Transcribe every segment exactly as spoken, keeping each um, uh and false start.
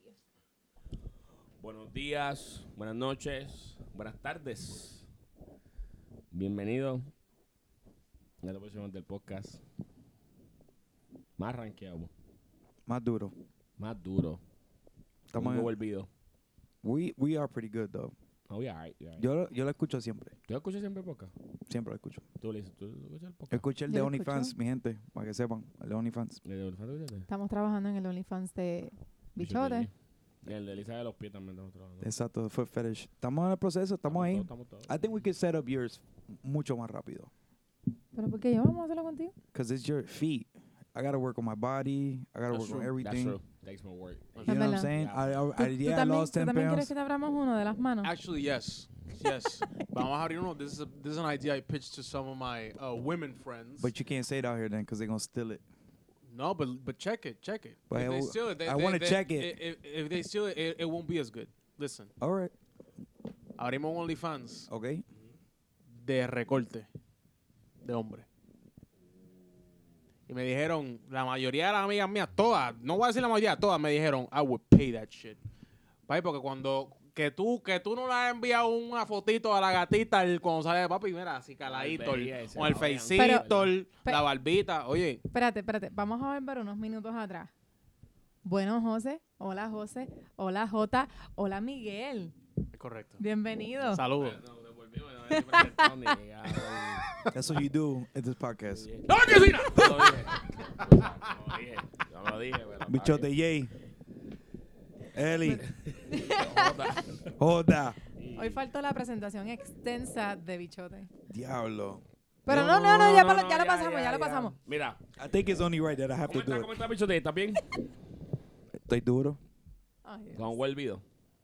Buenos días, buenas noches, buenas tardes. Bienvenido a la próxima del podcast. Más rankeado, Más duro. más duro. Estamos Muy en- volvido. We, we are pretty good, though. Oh, yeah, right, yeah, right. Yo, lo- yo lo escucho siempre. ¿Tú escuchas siempre podcast? Siempre lo escucho. ¿Tú le dices, tú escuchas el podcast? Escuché el Yo de lo OnlyFans, escucho. mi gente, para que sepan. El de OnlyFans. ¿El de Olfato escuchaste? Estamos trabajando en el OnlyFans de Bichote. Y el de Elisa de los pies también estamos trabajando. Exacto, fue fetish. Estamos en el proceso, estamos ahí. todos, estamos todos. I think we could set up yours mucho más rápido. ¿Pero por qué yo vamos a hacerlo contigo? Because it's your feet. I gotta work on my body. I gotta That's work on true. That's everything. true. Takes more work. You know what I'm verdad. saying? Yeah. I, I, ¿Tú, I, tú yeah, I también, lost ¿tú ten también quieres pounds. que te abramos uno de las manos? Actually, yes, yes. Vamos a abrir uno. This is a, this is an idea I pitched to some of my uh, women friends. But you can't say it out here then because they're going to steal it. no, but but check it, check it. But if I they w- steal it, they, I they- wanna they- check it. If, if they steal it, it, it won't be as good. Listen, All right. abrimos un OnlyFans Okay. de recorte de hombre. Y me dijeron, la mayoría de las amigas mías, todas, no voy a decir la mayoría, todas me dijeron, I would pay that shit. Papi, porque cuando, que tú, que tú no le has enviado una fotito a la gatita el- cuando sale de papi, mira, así caladito, Barbería el- y se con el la odian. feicito, Pero- el- pe- la barbita, oye, Espérate, espérate. Vamos a volver unos minutos atrás. Bueno, José. Hola, José. Hola, Jota. Hola, Miguel. es correcto. Bienvenido. Saludos. No, devolvimos, no me he presentado ni llegado. That's what you do in this podcast. ¡No, que sí! No lo dije. No lo dije. No lo dije, pero... Bichote Jay. Eli. Joda. Joda. Hoy faltó la presentación extensa de Bichote. Diablo. Pero No, no, no, no, No, ya, no, pa- no, ya lo ya, pasamos, ya, ya, lo ya. pasamos. Mira, I think it's only right that I have ¿cómo to do estás? it. ¿Cómo estás, Bichote? ¿Estás bien? Estoy duro. Ay, Dios. Con Welvido.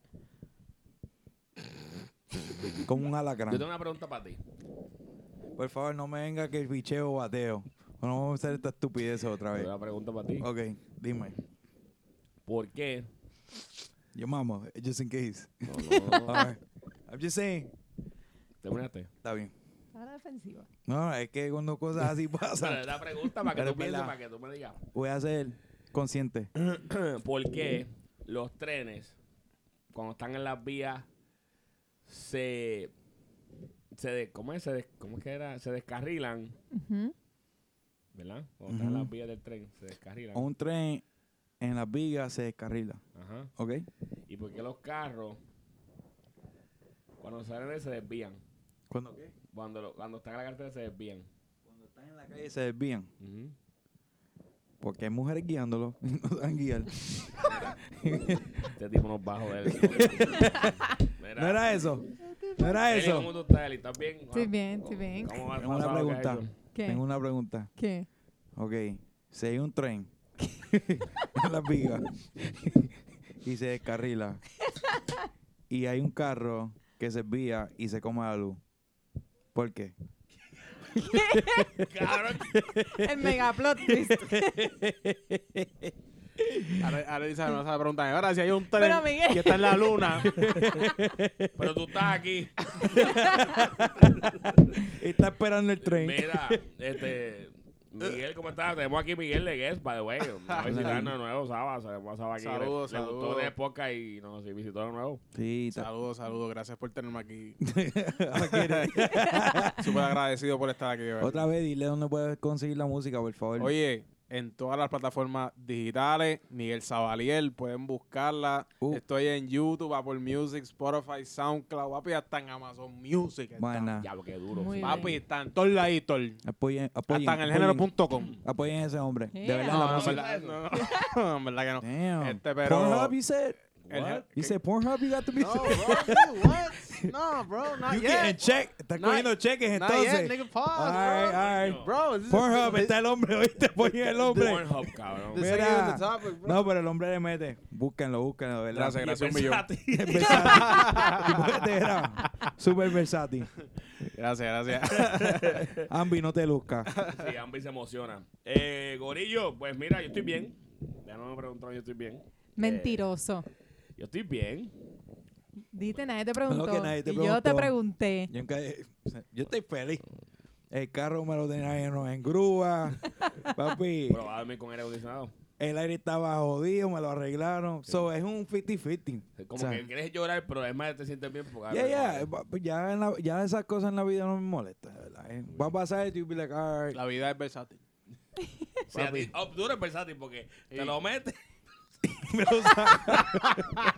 Como un Yo alacrán. tengo una pregunta para ti. Por favor, no me venga que el bicheo bateo. No vamos a hacer esta estupidez otra Tengo vez. una pregunta para ti. Ok, dime. ¿Por qué? Yo mamo, just in case. No, All no. right. I'm just saying. Terminaste. Está bien. A la defensiva. No, es que cuando cosas así Pero pasan, es la pregunta para que Pero tú es pienses, verdad. para que tú me digas. voy a ser consciente. ¿Por qué los trenes, cuando están en las vías, se... se de- ¿cómo, es? Se des- ¿Cómo es que era? Se descarrilan, Ujú. ¿verdad? Cuando están en Ujú. las vías del tren, se descarrilan. Un tren en las vigas se descarrila. Ajá. ¿Ok? ¿Y por qué los carros, cuando salen de ahí, se desvían? ¿Cuándo qué? Cuando, lo- cuando están en la carretera, se desvían. Cuando están en la calle se desvían. Ujú. Porque hay mujeres guiándolo y no saben guiar. Este tipo nos va a joder. ¿No era eso? ¿No era Eli, eso? ¿cómo tú estás, Eli? ¿Estás bien? Estoy bien, estoy bien. ¿Cómo va- Tengo cómo una sabes lo que has pregunta. hecho? ¿Qué? Tengo una pregunta. ¿Qué? Ok, si hay un tren en las vigas y se descarrila y hay un carro que se desvía y se come la luz, ¿por qué? Cabrón. El mega plot twist. Ahora, ahora dice, me vas a preguntar, ahora si hay un tren Pero, Miguel. que está en la luna, Pero tú estás aquí. Está esperando el tren. Mira, este... Miguel, ¿cómo estás? Tenemos aquí Miguel de Guest, by the way. A visitarnos de nuevo, Saba. Sabemos Saba aquí. Saludos, le, le gustó saludos. de podcast y nos visitó de nuevo. Sí, está. saludos, saludos, gracias por tenerme aquí. Ahora quiere. Súper agradecido por estar aquí. ¿verdad? Otra vez, dile dónde puedes conseguir la música, por favor. Oye, en todas las plataformas digitales, Miguel Sabaliel, pueden buscarla. Uh. Estoy en YouTube, Apple Music, Spotify, SoundCloud, papi, hasta en Amazon Music. está. Buena. Diablo, qué duro. Muy sí. bien. Papi, está en todos laditos. Apoyen, apoyen, Hasta en el apoyen, género punto com. apoyen a ese hombre. De Yeah. verdad, No, la no, en música. verdad, no, no, en verdad que no. Damn. Este, pero- Pornhub, you said? El What? ge- You ¿qué? said Pornhub, you got the music? No, bro, what? No, bro, not You yet. getting check. Estás Not- cogiendo cheques Not entonces. yet, nigga, pause, All right, all right. bro. Bro, this is- Pornhub, this- está el hombre, oíste, ponen el hombre. Pornhub, cabrón. this Mira. ain't even the topic, bro. No, pero el hombre le mete. Búsquenlo, búsquenlo, de verdad. Gracias, gracias, un millón. Versátil. Es versátil. Tipo este era súper versátil. Gracias, gracias. Ambi, no te luzca. Sí, Ambi se emociona. Eh, Gorillo, pues mira, yo estoy bien. Ya no me preguntaron, yo estoy bien. Mentiroso. Eh, yo estoy bien. Dite, nadie te preguntó. que nadie te y yo te preguntó. pregunté. Yo, nunca- yo estoy feliz. El carro me lo tenía en, en grúa. Papi. Pero va a dormir con aire acondicionado. el aire estaba jodido, me lo arreglaron. Sí. So, es un cincuenta cincuenta. Como O sea, que quieres llorar, pero además te sientes bien. Porque Ya, ya, va- pues ya, en la- ya esas cosas en la vida no me molestan, de ¿verdad? eh. Va a pasar esto y be like, all right. La vida es versátil. Sí, a ti- oh, tú eres versátil porque te Sí. lo metes. Me lo saca.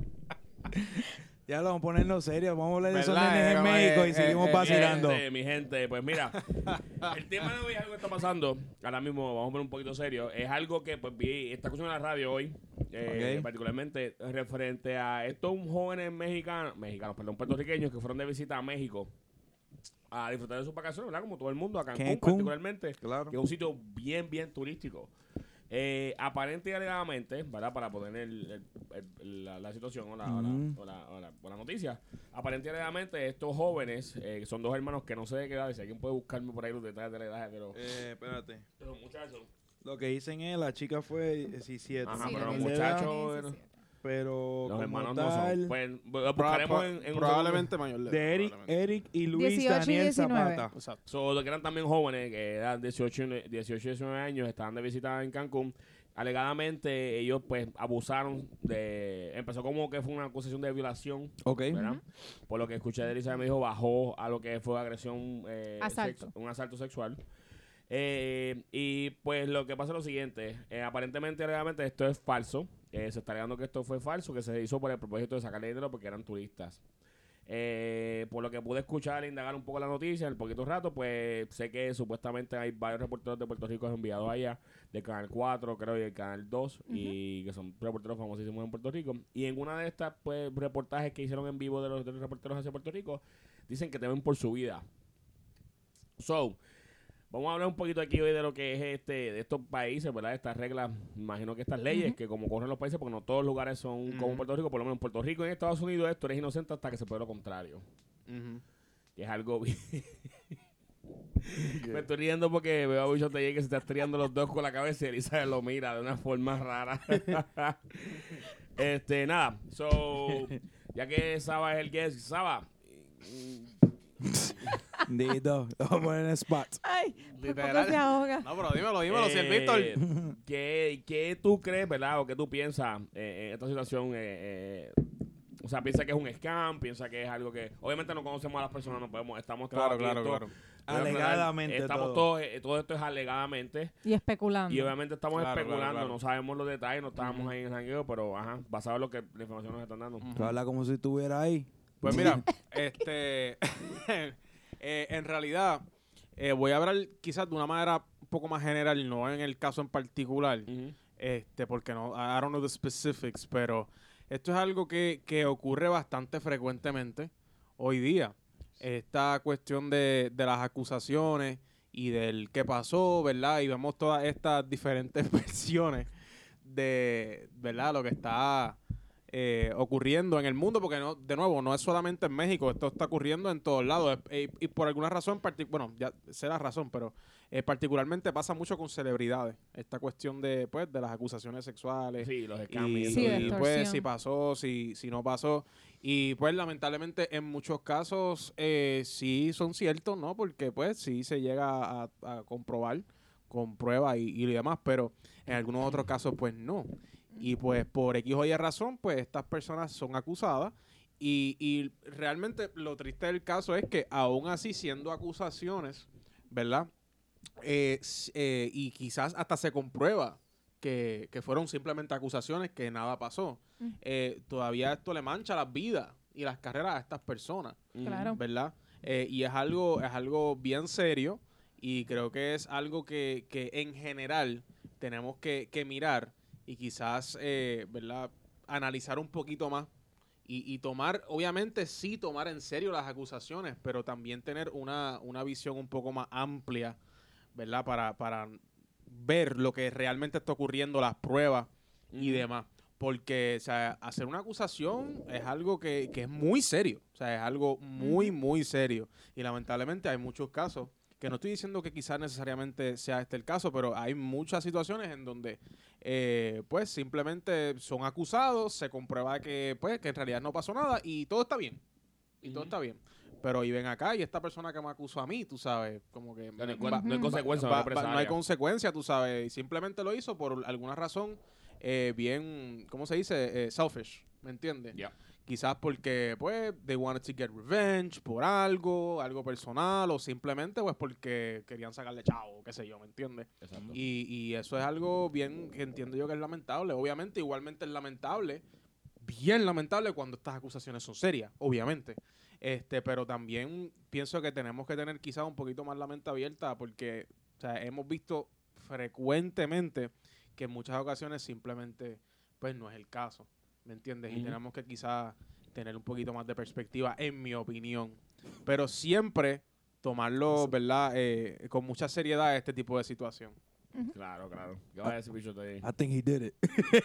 Ya lo vamos a ponernos serio. Vamos a hablar de esos ¿Verdad? nenes en Eh, México eh, y seguimos eh, vacilando. Mi gente, mi gente, pues mira, el tema de hoy es algo que está pasando. Ahora mismo vamos a poner un poquito serio. Es algo que pues vi, está escuchando en la radio hoy, eh, Ok. particularmente referente a estos jóvenes mexicanos, mexicanos, perdón, puertorriqueños que fueron de visita a México a disfrutar de sus vacaciones, ¿verdad? Como todo el mundo, a Cancún, Cancún. particularmente, Claro. que es un sitio bien, bien turístico. Eh, aparente y alegadamente, ¿verdad? Para poner el- el- el- la, la situación o la, o la- Ujú. o la- o la- o la noticia, aparente y alegadamente estos jóvenes, eh, son dos hermanos que no sé de qué edad, si alguien puede buscarme por ahí los detalles de la edad, pero Eh, espérate. los muchachos, Lo que dicen es, la chica fue diecisiete. ajá, Sí, pero lo los que de edad, muchachos, diecisiete. pero los como hermanos no tal, son. Pues lo buscaremos en, en un probablemente mayor de, de Eric, probablemente. Eric y Luis dieciocho y Daniel diecinueve. Zapata. Exacto. So, los que eran también jóvenes, que eran dieciocho, y diecinueve años, estaban de visita en Cancún. Alegadamente, ellos pues abusaron de... Empezó como que fue una acusación de violación, Ok. ¿verdad? Por lo que escuché de Elisa me dijo, bajó a lo que fue agresión... eh, Asalto. sex- un asalto sexual. Eh, y pues lo que pasa es lo siguiente. eh, aparentemente, alegadamente, esto es falso. Eh, se está alegando que esto fue falso, que se hizo por el propósito de sacarle dinero porque eran turistas. Eh, por lo que pude escuchar e indagar un poco la noticia en el poquito rato, pues sé que supuestamente hay varios reporteros de Puerto Rico enviados allá, del Canal cuatro, creo, y del Canal dos, y que son reporteros famosísimos en Puerto Rico. Y en una de estas pues, reportajes que hicieron en vivo de los, de los reporteros hacia Puerto Rico, dicen que temen por su vida. So, vamos a hablar un poquito aquí hoy de lo que es este, de estos países, ¿verdad? Estas reglas, imagino que estas leyes, Ujú. que como corren los países, porque no todos los lugares son como Ujú. Puerto Rico, por lo menos en Puerto Rico y en Estados Unidos esto eres inocente hasta que se puede lo contrario. Ujú. Que es algo bien... Me estoy riendo porque veo a Bicho Tellez que se está estriando los dos con la cabeza y Elizabeth lo mira de una forma rara. este, nada. So, ya que Saba es el guest, Saba, Dito, lo vamos a poner en spot. Ay, por poco Literal. se ahoga. No, pero dímelo, dímelo, si el eh, Víctor. ¿qué, ¿qué tú crees, verdad? O qué tú piensas eh, en esta situación? eh, eh, o sea, piensa que es un scam, piensa que es algo que... Obviamente no conocemos a las personas, no podemos... Estamos todos Claro, aquí, claro, esto- claro. Voy a aclarar, Alegadamente Estamos todo. todos... eh, todo esto es alegadamente. Y especulando. Y obviamente estamos Claro, especulando, claro, claro. no sabemos los detalles, no estábamos Ujú. ahí en el jangueo, pero ajá, basado en lo que la información nos están dando. Tú hablas como si estuviera ahí. Pues mira, este, eh, en realidad, eh, voy a hablar quizás de una manera un poco más general, no en el caso en particular, Ujú. este, porque no, I don't know the specifics, pero esto es algo que, que ocurre bastante frecuentemente hoy día. Esta cuestión de, de las acusaciones y del qué pasó, ¿verdad? Y vemos todas estas diferentes versiones de, ¿verdad? Lo que está eh, ocurriendo en el mundo, porque no, de nuevo, no es solamente en México, esto está ocurriendo en todos lados. Eh, y por alguna razón, partic- bueno, ya sé la razón, pero eh, particularmente pasa mucho con celebridades. Esta cuestión de, pues, de las acusaciones sexuales. Sí, los Y, scams. Sí, de y, extorsión. pues si pasó, si, si no pasó. Y pues lamentablemente en muchos casos eh, sí son ciertos, ¿no? Porque pues sí se llega a, a comprobar con pruebas y, y demás, pero en algunos otros casos pues no. Y pues por X o Y razón, pues estas personas son acusadas. Y, y realmente lo triste del caso es que aún así siendo acusaciones, ¿verdad? Eh, s- eh, y quizás hasta se comprueba que, que fueron simplemente acusaciones, que nada pasó. Mm. Eh, todavía esto le mancha las vidas y las carreras a estas personas, Ujú. Claro. ¿verdad? Eh, y es algo, es algo bien serio y creo que es algo que, que en general tenemos que, que mirar y quizás, eh, ¿verdad? Analizar un poquito más y, y tomar, obviamente sí tomar en serio las acusaciones, pero también tener una, una visión un poco más amplia, ¿verdad? Para, para ver lo que realmente está ocurriendo, las pruebas y Ujú. demás. Porque, o sea, hacer una acusación es algo que, que es muy serio. O sea, es algo muy, muy serio. Y lamentablemente hay muchos casos, que no estoy diciendo que quizás necesariamente sea este el caso, pero hay muchas situaciones en donde, eh, pues, simplemente son acusados, se comprueba que, pues, que en realidad no pasó nada y todo está bien. Y todo Ujú. está bien. Pero y ven acá, y esta persona que me acusó a mí, tú sabes, como que... No hay, va- no hay consecuencia, no va- hay va- no hay represalia. consecuencia, tú sabes. Y simplemente lo hizo por alguna razón eh, bien, ¿cómo se dice? Eh, selfish, ¿me entiendes? Ya. Quizás porque, pues, they wanted to get revenge por algo, algo personal, o simplemente, pues, porque querían sacarle chavo, qué sé yo, ¿me entiendes? Exacto. Y, y eso es algo bien que entiendo yo que es lamentable. Obviamente, igualmente es lamentable, bien lamentable cuando estas acusaciones son serias, obviamente. Este, pero también pienso que tenemos que tener quizás un poquito más la mente abierta porque, o sea, hemos visto frecuentemente que en muchas ocasiones simplemente, pues, no es el caso, ¿me entiendes? Y Ujú. tenemos que quizás tener un poquito más de perspectiva, en mi opinión. Pero siempre tomarlo, ¿verdad? Eh, con mucha seriedad este tipo de situación. Claro, claro. ¿Qué vas a decir, bicho? Te- I think he did it.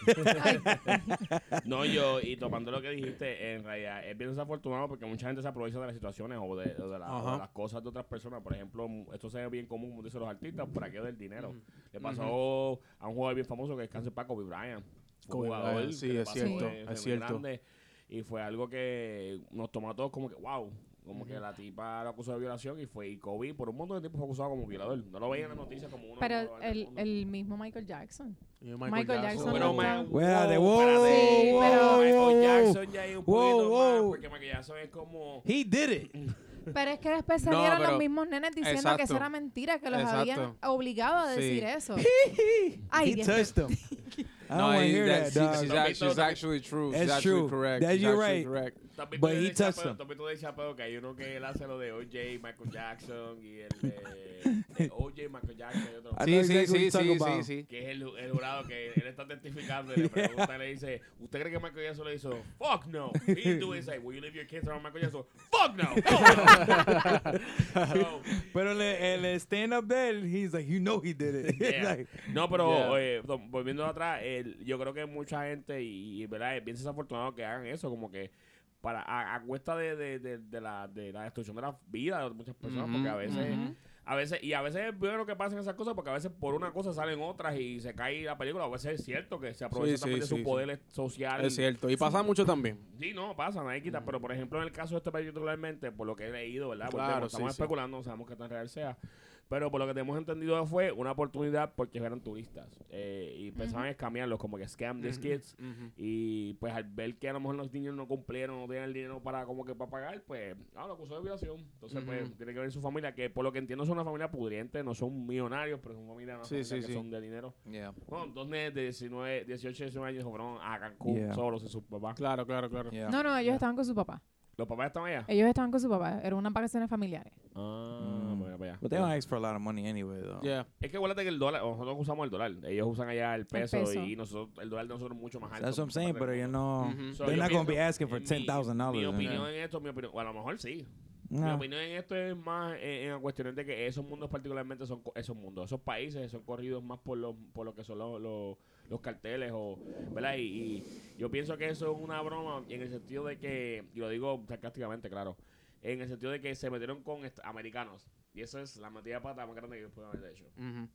No, yo, y tomando lo que dijiste, en realidad es bien desafortunado porque mucha gente se aprovecha de las situaciones o de, o de, la- o de Ajá. las cosas de otras personas. Por ejemplo, m- esto se ve bien común, como dicen los artistas, por aquello del dinero. Ujú. Le pasó a un jugador bien famoso que descanse para Kobe Bryant. Fue un Kobe jugador Bryant, sí, que le es pasó, cierto, eh, es fue cierto. grande, y fue algo que nos tomó a todos como que, wow. Como que Ujú. la tipa lo acusó de violación y fue y Kobe por un montón de tiempo fue acusado como violador. No lo veían en las noticias como uno. Pero de los jugadores del el, mundo. el mismo Michael Jackson. Y Michael Jackson Pero no man, está- Espérate, wow, wow, espérate. Sí, wow, pero- Michael wow, Jackson ya hay un wow, poquito más, wow. porque Michael Jackson es como... He did it. Pero es que después No, salieron pero- los mismos nenes diciendo exacto. que eso era mentira, que los Exacto. habían obligado a Sí. decir eso. Ay, He Dios touched him. I don't No, want to he- hear that- that, she- dog. she's, Don't act- be she's so- actually true. She's It's actually true. correct. That She's you're actually right. correct. ¿Tú has visto But el he de touched Chappelle? him. ¿Tú has visto de Chappelle? Que hay uno que él hace lo de O J, Michael Jackson y el de, de O J, Michael Jackson y otro. I know Sí, sí, exactly what sí, you're talking sí, sí, about. sí. Que es el, el jurado que él está testificando y le pregunta y le dice, ¿usted cree que Michael Jackson le hizo? Fuck no. He do it. He's like, will you leave your kids around Michael Jackson? Fuck no. no. So, Pero el, el stand-up de él, he's like, you know he did it. Yeah. Like, No, pero Yeah. eh, no, volviendo atrás, el- yo creo que mucha gente, y, y, ¿verdad? Es bien desafortunado que hagan eso, como que para a, a cuesta de, de, de, de la, de la destrucción de la vida de muchas personas, porque a veces, Ujú. a veces, y a veces es bueno que pasen esas cosas, porque a veces por una cosa salen otras y se cae la película, a veces es cierto que se aprovecha Sí, también sí, de su sí, poder social. Es cierto. Y pasa mucho también. Sí, no, pasa, nadie quita, pero por ejemplo en el caso de este particularmente, por lo que he leído, ¿verdad? Porque Claro, estamos sí, sí. especulando, no sabemos qué tan real sea, pero por lo que tenemos entendido fue una oportunidad porque eran turistas eh, y pensaban escamearlos, como que scam these Ujú, kids, ujú. y pues al ver que a lo mejor los niños no cumplieron, no tenían el dinero para como que para pagar, pues, ah, lo acusó de violación. Entonces, Ujú. pues, tiene que ver su familia, que por lo que entiendo son una familia pudriente, no son millonarios, pero son familia, una Sí, familia sí, que sí. son de dinero. yeah. Bueno, dos nenes de diecinueve, dieciocho, diecinueve años se fueron a Cancún Yeah. solos y sus papás. Claro, claro, claro. Yeah. No, no, ellos estaban con su papá. ¿Los papás estaban allá? Ellos estaban con su papá. Eran unas vacaciones familiares. Ah, Mm. bueno, para allá. But they don't ask for a lot of money anyway, though. Yeah. Es que acuérdate que el dólar, nosotros usamos el dólar, ellos usan allá el peso, peso. y nosotros, el dólar de nosotros es mucho más alto. That's what I'm saying, pero you know, Ujú. So, they're yo not going to be pienso- asking for mi- ten thousand Mi dollars. opinión en esto, mi opinión, o a lo mejor sí. Mi No. opinión en esto es más en, en cuestiones de que esos mundos particularmente son co- esos mundos, esos países son corridos más por lo, por lo que son los, los, los carteles o, ¿verdad? Y, y yo pienso que eso es una broma en el sentido de que, y lo digo sarcásticamente, claro, en el sentido de que se metieron con est- americanos y eso es la metida de pata más grande que ellos pueden haber hecho. Ujú.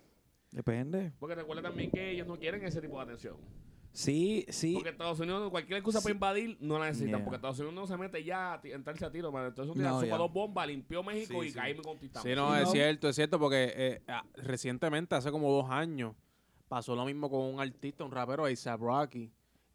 Depende. Porque recuerda también que ellos no quieren ese tipo de atención. Sí, sí. Porque Estados Unidos, cualquier excusa Sí. para invadir, no la necesitan. Yeah. Porque Estados Unidos no se mete ya a ti- a entrarse a tiro, man. Entonces, un día No, supa yeah. dos bombas, limpió México Sí, y sí. caímos y conquistamos. Sí, no, Sí, es no. cierto, es cierto, porque eh, ah, recientemente, hace como dos años, pasó lo mismo con un artista, un rapero, A$AP Rocky.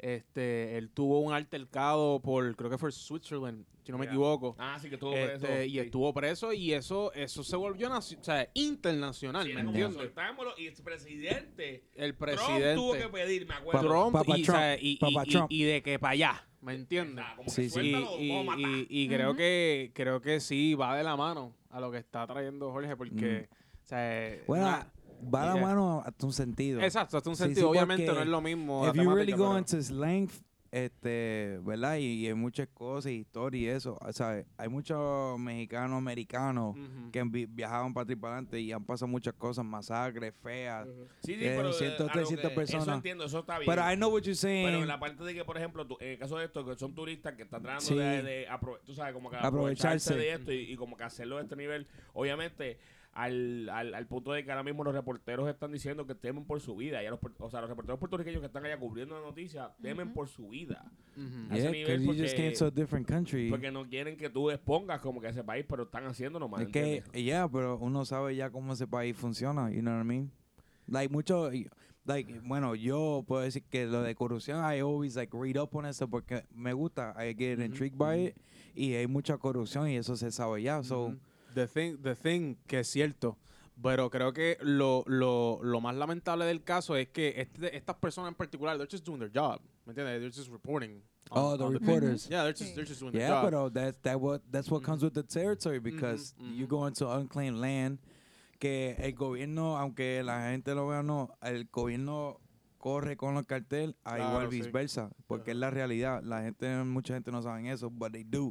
Este, él tuvo un altercado por, creo que fue Switzerland, si no me Yeah. equivoco. Ah, sí, que estuvo Este, preso. y Sí. estuvo preso y eso eso se volvió naci- o sea, internacional, Sí, ¿me era como, entiendes? soltámoslo, y el presidente, El Trump presidente tuvo que pedir, me acuerdo. Trump, Papa y, o Trump, sea, y, y- Papa y- Trump. y de que para allá, ¿me entiendes? Ah, como Sí, que sí. Y, suéltalo, y- vamos a matar. y- y creo Ujú. que creo que sí va de la mano a lo que está trayendo Jorge porque o sea, Bueno, una- va a la Yeah. mano hasta un sentido. exacto, hasta un Sí, sentido, sí, obviamente porque no es lo mismo la If you really temática, go pero- into its length, este, ¿verdad? Y, y hay muchas cosas, historia y eso. O sea, hay muchos mexicanos, americanos Ujú. que han vi- viajaban para atrás y para adelante y han pasado muchas cosas, masacres, feas. Sí, sí, eh, pero eh, ciento a lo trescientas que- personas. Eso entiendo, eso está bien. Pero I know what you're Pero saying. en la parte de que, por ejemplo, tú- en el caso de esto, que son turistas que están tratando Sí. de, de aprove- tú sabes, como que Aprovecharse. aprovecharse de esto y, y como que hacerlo a este nivel, obviamente, al, al, al punto de que ahora mismo los reporteros están diciendo que temen por su vida. Ya los, por- o sea, los reporteros puertorriqueños que están allá cubriendo la noticia temen Ujú. por su vida. Ujú. A ese Yeah, nivel because you just porque- came to a different country. Porque no quieren que tú expongas como que ese país, pero están haciendo nomás. Es que, ¿entiendes? yeah, pero uno sabe ya cómo ese país funciona, you know what I mean? Like, mucho, like, bueno, yo puedo decir que lo de corrupción, I always, like, read up on eso porque me gusta, I get Ujú, intrigued by it, y hay mucha corrupción y eso se sabe ya, so, Ujú. The thing, the thing que es cierto, pero creo que lo, lo, lo más lamentable del caso es que este, estas personas en particular, they're just doing their job, ¿me entiendes? They're just reporting. on- oh, the on reporters. Yeah, they're just, Sí. they're just doing their Yeah, job. pero that's, that what, that's what comes Mhm. with the territory because you mhm. go into unclaimed land, que el gobierno, aunque la gente lo vea o no, el gobierno corre con los carteles, a Claro, igual sí. viceversa, porque Ajá. es la realidad. La gente, mucha gente no sabe eso, but they do.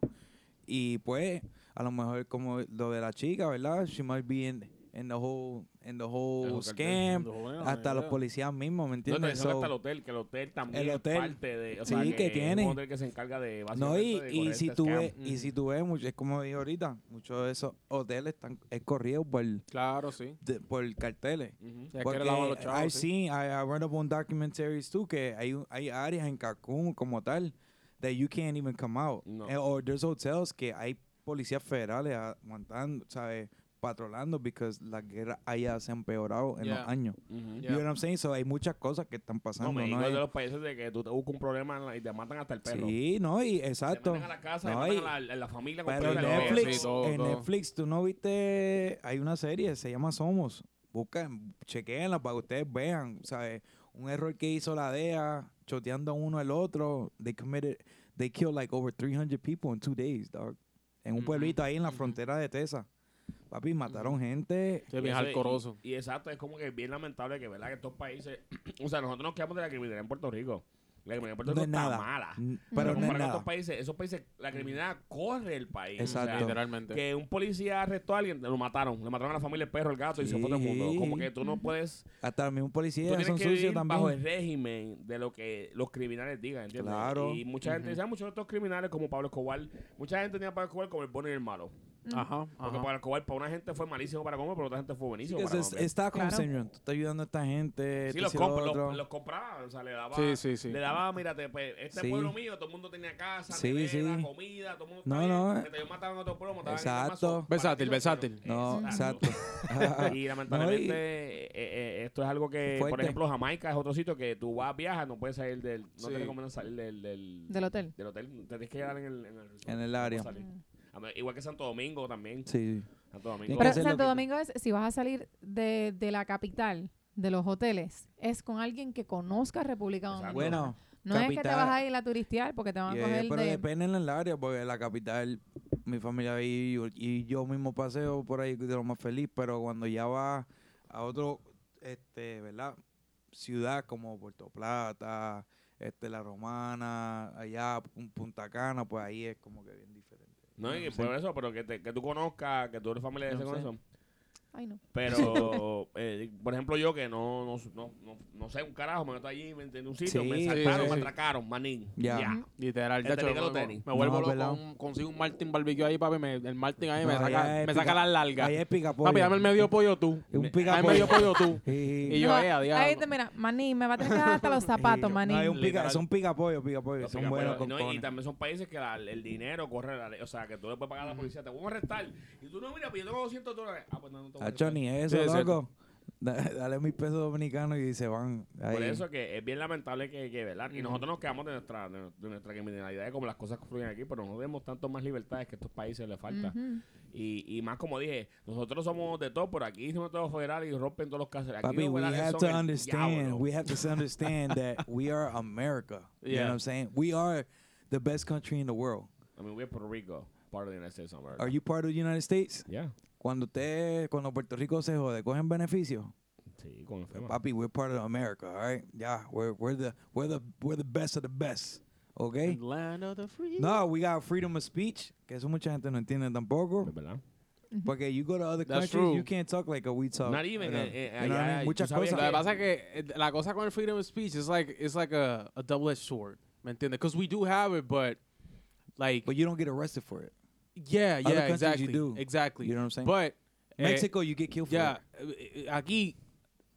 Y pues, a lo mejor como lo de la chica, ¿verdad? She might be in, in the whole, in the whole whole scam, The whole- hasta los yeah. policías mismos, ¿me No, te entiendes? dicen que So- hasta el hotel, que el hotel también El hotel. es parte de... O Sí, sea, que es tiene. un hotel que se encarga de... No, y, básicamente, de y correr si este tú scam. ves, y si tú ves, mucho- es como dije ahorita, muchos de esos hoteles están es corridos por, Claro, sí. de- por carteles. Ujú. Ya que Porque le lavan los chavos, I've sí. seen, I, I read up on documentaries too, que hay, hay áreas en Cancún como tal that you can't even come out. No. Eh, or there's hotels que hay policías federales aguantando, ¿sabes? Patrolando because las guerras allá se han empeorado en Yeah. los años. Ujú. You Yeah. know what I'm saying? So hay muchas cosas que están No, pasando, México ¿no? es de Hay- los países de que tú te buscas un problema en la- y te matan hasta el perro. sí, no, y Se exacto. meten a la casa, No, se y- matan a la, a la familia Pero completa, no, el Netflix, perro. sí, todo, en todo. Netflix, tú no viste, hay una serie, se llama Somos. Buscan, chequenla para que ustedes vean, ¿sabes? Un error que hizo la D E A, choteando a uno al otro. They committed, they killed like over three hundred people in two days, dog. En un Ujú, pueblito ahí en la ujú. frontera de Texas. Papi, mataron gente. Sí, Y bien eso- alcoroso. Y, y exacto, es como que bien lamentable que, ¿verdad? Que estos países... o sea, nosotros nos quedamos de la criminalidad en Puerto Rico. La criminalidad en Puerto No Rico es está nada. mala. N- Pero Pero no es comparado con nada. otros países, esos países, la criminalidad corre el país. Exacto. O sea, Literalmente. que un policía arrestó a alguien, lo mataron. Le mataron a la familia, el perro, el gato y se fue todo el mundo. Sí. Como que tú no puedes... Hasta los mismos Tú policías tienes son que sucios vivir bajo el también. régimen de lo que los criminales digan, ¿entiendes? Claro. Y mucha gente Ujú. dice, ah, muchos de estos criminales como Pablo Escobar, mucha gente tenía a Pablo Escobar como el bueno y el malo. Ajá, Porque ajá. Pablo Escobar para una gente fue malísimo para comer, pero otra gente fue buenísimo Es- para es- comer. está como Claro. señor. Tú estás ayudando a esta gente. Sí, esto los, y lo comp- otro. los, los compraba, o sea, le daba, Sí, sí, sí. le daba, mírate, pues, este Sí. pueblo mío, todo el mundo tenía casa, Sí, nevera, sí. comida, todo el mundo No, estaba no, bien, eh. mientras ellos mataban a otro pueblo, mataban Exacto. a ellos más, Versátil, son versátil. parecidos, No, exacto. exacto. Y lamentablemente eh, eh, esto es algo que, por Fuerte. ejemplo, Jamaica es otro sitio que tú vas, viajas, no puedes salir del, no Sí. te recomiendan salir del, del, Del hotel. del hotel, te tienes que quedar en el, en el, resort, En el no área. puedes salir. A ver, igual que Santo Domingo también. Sí. Santo Domingo. Tiene que Pero hacer lo Santo que- Domingo es, si vas a salir de, de la capital, de los hoteles, es con alguien que conozca República Exacto. Dominicana. Bueno, no es que te capital- vas a ir a turistear porque te van a yeah, coger pero de... depende en el área, porque la capital, mi familia ahí y yo mismo paseo por ahí de lo más feliz, pero cuando ya vas a otro, este, ¿verdad? Ciudad como Puerto Plata, este, La Romana, allá, un Punta Cana, pues ahí es como que bien diferente. No, y Sí. por eso, pero que, te, que tú conozcas, que tú eres familiar No con sé. eso. Ay, no. Pero, eh, por ejemplo, yo que no, no, no, no, no sé un carajo, me meto allí me- en un sitio, Sí, me sí, saltaron, sí. me atracaron, manín. Ya. Ya. Literal, Este de hecho, pica los me, tenis. me vuelvo No, loco, pelado. con- consigo un Martin Barbecue ahí, papi, me- el Martin ahí me No, saca, allá es me pica- saca las largas. Ahí es pica Papi, dame el medio pollo tú. Un pica Dame el medio pollo tú. Sí. Y yo, No, eh, a ahí diablo. te mira, maní, me va a tener que dar hasta los zapatos, Sí, maní. no, hay un pica, Literal. son pica pollo, pica pollo, Los son pica- buenos pero- con no, y cojones. también son países que la- el dinero corre la ley. O sea, que tú le puedes pagar a la policía, te voy a arrestar. Y tú no, mira, pues yo tengo doscientos dólares. Ah, pues no, no te voy a Hacho, arrestar. ni eso, Sí, es cierto. loco. Da- Dale mis pesos dominicanos y se van. Ahí. Por eso que es bien lamentable que, que ¿verdad? Y Ujú. nosotros nos quedamos de nuestra, de, de nuestra criminalidad de como las cosas fluyen aquí, pero no vemos tanto más libertades que a estos países les falta. Ujú. y, y más como dije, nosotros somos de todo, pero aquí somos todos federales y rompen todos los casos. Aquí Papi, los we federales have son to el understand. diablo. We have to understand that we are America. You know Yeah. what I'm saying? We are the best country in the world. I mean, we're Puerto Rico, part of the United States of America. Are you part of the United States? Yeah. Cuando usted, cuando Puerto Rico se jode, cogen beneficios. Sí, con el FEMA. Papi, we're part of America, all right? Yeah, we're we're the we're the we're the best of the best. Okay? Land of the free. No, we got freedom of speech, que eso mucha gente no entiende tampoco. ¿Es verdad? Porque you go to other That's countries, true. you can't talk like a we talk. Not even, You know, eh, eh, you know what I allá, mean? tú Muchas sabías cosas. Lo que pasa es que eh, la cosa con el freedom of speech is like, it's like a, a double-edged sword. ¿Me entiendes? Because we do have it, but like, But you don't get arrested for it. yeah, other yeah, countries you exactly. do. Exactly. You know what I'm saying? But, eh, Mexico, you get killed for yeah, it. eh, aquí,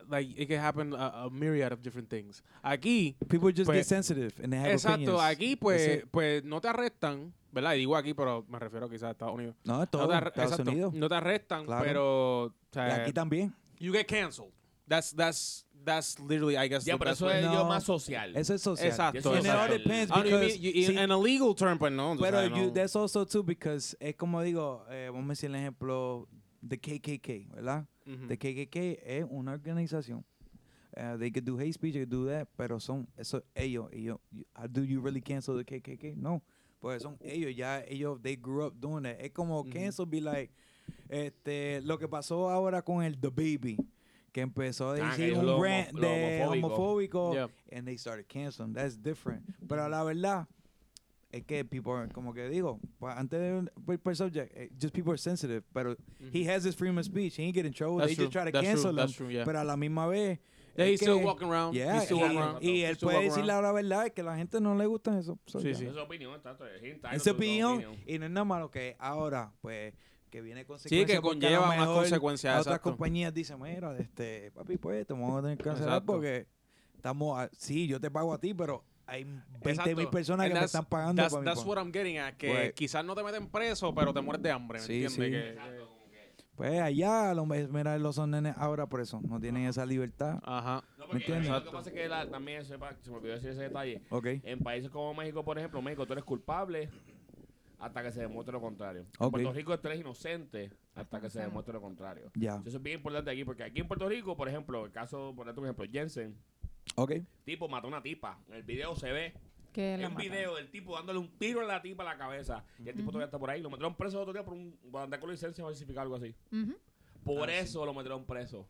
like, it can happen a, a myriad of different things. Aquí, People just Pues- get sensitive and they have exacto, opinions. aquí That's pues, it. pues no te arrestan, ¿verdad? Y digo aquí, pero me refiero quizás a Estados Unidos. No, es todo No te, arre- Estados exacto, Unidos. no te arrestan, Claro. pero o Y sea, aquí también. you get canceled. That's that's that's literally, I guess. Ya, the pero best eso way. es No. yo más social. Eso es social. Exacto. Eso And it all exacto. depends Ah, you mean, because... you- in, sí, in a legal term, pues no. tú pero sabes, you, no. that's also too because es como digo, eh, vamos a decir el ejemplo de K K K, ¿verdad? Ujú. The K K K es una organización. Uh, they could do hate speech, they could do that, pero son eso ellos, ellos. you- How do you really cancel the K K K? No, pues son ellos ya, ellos they grew up doing that. Es como Ujú. cancel be like, este, lo que pasó ahora con el The Baby, que empezó a Ah, que decir dijo un lo homo- rant lo de homofóbico. homofóbico, Yeah. and they started canceling. That's different. Pero la verdad es que people, are- como que digo, pues, antes de per, per subject, eh, just people are sensitive. Pero he has his freedom of speech. He ain't get in trouble. That's they true. just try to That's cancel true. him. That's true, yeah. Pero a la misma vez. Yeah, es he's still que- walking around. Yeah, He's still y, walking around. y He's él still puede walking decir around. la verdad, es que la gente no le gusta eso. So, Sí, ya. sí. Esa es su opinión, exacto. Es entitled Es to su their opinión y no es nada malo que ahora, pues, que viene Sí, consecuencia. que porque a lo conlleva unas mejor consecuencias. a otras Exacto. compañías dicen, mira, este, papi, pues, te vamos a tener que cancelar Exacto. porque estamos, a- sí, yo te pago a ti, pero hay veinte Exacto. mil personas And que me that's- están pagando That's, para mi that's po- what I'm getting at. Que Pues- quizás no te meten preso, pero te mueres de hambre. ¿Me Sí, entiendes? sí. Que- Exacto, como que- Pues allá, los, mira, los son nenes ahora por eso, no tienen esa libertad. Ajá. No, ¿Me porque entiendes? lo que pasa es que la- también, sepa, se me olvidó decir ese detalle. Ok, En países como México, por ejemplo, México tú eres culpable hasta que se demuestre lo contrario. En Ok. Puerto Rico tú eres inocente hasta que se demuestre lo contrario. ya, Eso es bien importante aquí, porque aquí en Puerto Rico, por ejemplo, el caso, por ejemplo, Jensen, ok, tipo mató a una tipa. En el video se ve, Que hay la un mataron. video del tipo dándole un tiro a la tipa a la cabeza. Y el tipo Ujú. todavía está por ahí. Lo metieron preso el otro día por, un, por andar con licencia falsificada, algo así. Ujú. Por Ah, sí. eso lo metieron preso.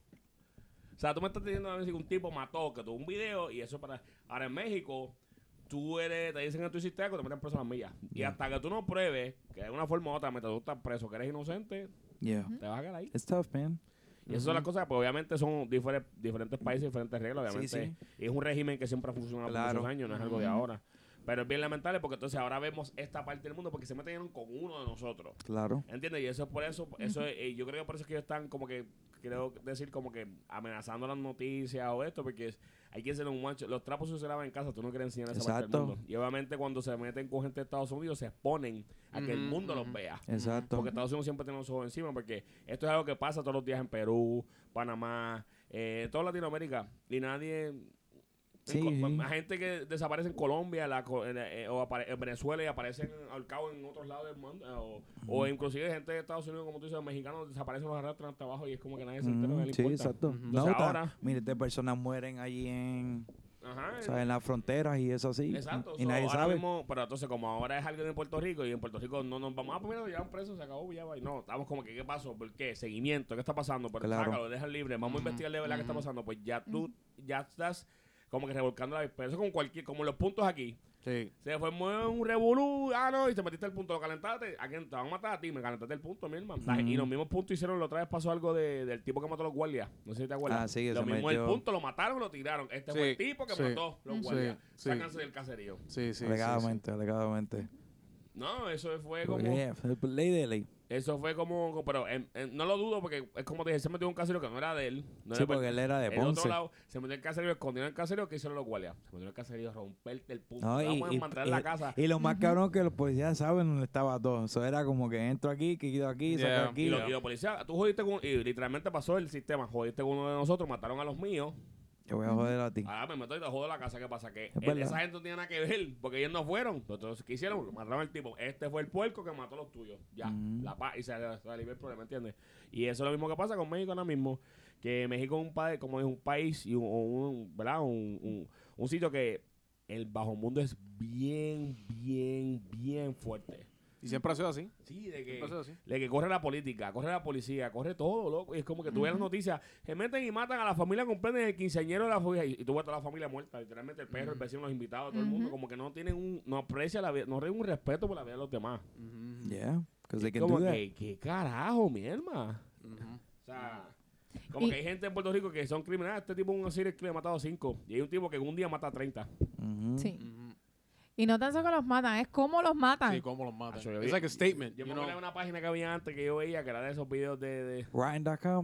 O sea, tú me estás diciendo a mí que un tipo mató, que tuvo un video y eso para... Ahora en México, tú eres, te dicen que tú hiciste algo, te meten preso a las millas. Y Yeah. hasta que tú no pruebes que de una forma u otra, mientras tú estás preso, que eres inocente, yeah. te vas a quedar ahí. It's tough, man. Y esas son las cosas, pues obviamente son difere- diferentes países, diferentes reglas, obviamente. Sí, Y es un régimen que siempre ha funcionado Claro. por muchos años, no es algo de Ujú. ahora. Pero es bien lamentable porque entonces ahora vemos esta parte del mundo porque se meten con uno de nosotros. Claro. ¿Entiendes? Y eso es por eso, eso es- eh, yo creo que por eso es que ellos están como que, creo decir como que amenazando las noticias o esto, porque es- hay que ser un macho. Los trapos se lavan en casa, tú no quieres enseñar esa parte del Exacto. mundo. Y obviamente cuando se meten con gente de Estados Unidos se exponen a que el Ujú, mundo los ujú. vea. Exacto. Porque Estados Unidos siempre tiene los ojos encima, porque esto es algo que pasa todos los días en Perú, Panamá, eh, toda Latinoamérica. Y nadie... Sí, en Co- sí. hay gente que desaparece en Colombia la co- en, eh, o apare- en Venezuela y aparecen ahorcados en otros lados del mundo. eh, O, o inclusive gente de Estados Unidos, como tú dices, mexicanos desaparecen, los arrastran hasta abajo y es como que nadie se entera, Mm, no le sí, importa. exacto. Ujú. No, Entonces ta- ahora- miles de personas mueren allí en, Ajá. o sea, en las fronteras y eso así. Exacto. Y so, nadie ahora sabe. mismo, pero entonces como ahora es alguien en Puerto Rico y en Puerto Rico no nos vamos, ah, pues mira, lo llevan preso, se acabó, ya va. Y no, estamos como que, ¿qué pasó? ¿Por qué? Seguimiento, ¿qué está pasando? Pero Claro. sácalo, dejan libre, vamos a Ujú, investigar de verdad qué está ujú. pasando. Pues ya tú, ya estás como que revolcando la pero eso como cualquier, como los puntos aquí. Sí. Se fue mueve un revolú, ah no, y te metiste el punto, lo calentaste, a quién te van a matar a ti, me calentaste el punto, mi hermano. Ujú. Y los mismos puntos hicieron, la otra vez pasó algo de, del tipo que mató a los guardias, no sé si te acuerdas. Ah, sí, que lo se mismo metió- el punto, lo mataron, lo tiraron. Este fue Sí, el tipo que sí, mató a los sí, guardias. sí. Sácanse del caserío. Sí, sí, sí. Alegadamente, alegadamente. No, eso fue como... Yeah, ley de ley. Eso fue como... Pero en- en- no lo dudo porque es como te dije, se metió en un caserío que no era de él. No Sí, era porque él era de el otro Ponce. lado, se metió en el caserío, escondió en el caserío, ¿qué hicieron los guardias? Se metió en el caserío a romperte el punto. No, y, Vamos a y- mandar y- la casa. y lo más Ujú. cabrón que los policías saben dónde estaba todo. Eso era como que entro aquí, que quito aquí, saco Yeah. aquí. Y, lo- y los policías, tú jodiste con... Y literalmente pasó el sistema. Jodiste con uno de nosotros, mataron a los míos. Te voy a joder a ti. Ahora me meto y te jodo la casa. ¿Qué pasa? Que Es él- verdad. esa gente no tiene nada que ver porque ellos no fueron. Entonces, ¿qué hicieron? Mataron al tipo. Este fue el puerco que mató a los tuyos. Ya, Ujú. la paz. Y se, se alivió el problema, ¿entiendes? Y eso es lo mismo que pasa con México ahora mismo. Que México es un país, como es un país y un, un- ¿verdad? Un, un, un sitio que el bajo mundo es bien, bien, bien fuerte. Y siempre ha sido así. Sí, de que, Siempre ha sido así. de que corre la política, corre la policía, corre todo, loco. Y es como que tú ves las Ujú. noticias, se meten y matan a la familia completa en el quinceañero de la familia. Y, y tú ves a toda la familia muerta, literalmente el perro, el vecino, los invitados, todo el mundo. Ujú. Como que no tienen un, no aprecia la vida, no tienen un respeto por la vida de los demás. Ujú, Yeah, because they can Como do that. que, ¿qué carajo, mi hermano? ujú. O sea, como Y- que hay gente en Puerto Rico que son criminales. Este tipo es un serial killer, ha matado a cinco. Y hay un tipo que en un día mata a treinta. Ujú. Sí. Ujú. Y no tan solo que los matan, es cómo los matan. Sí, cómo los matan. Acho, yo It's vi- like a statement. Yo you me know? acuerdo de una página que había antes que yo veía que era de esos videos de... de Rotten punto com.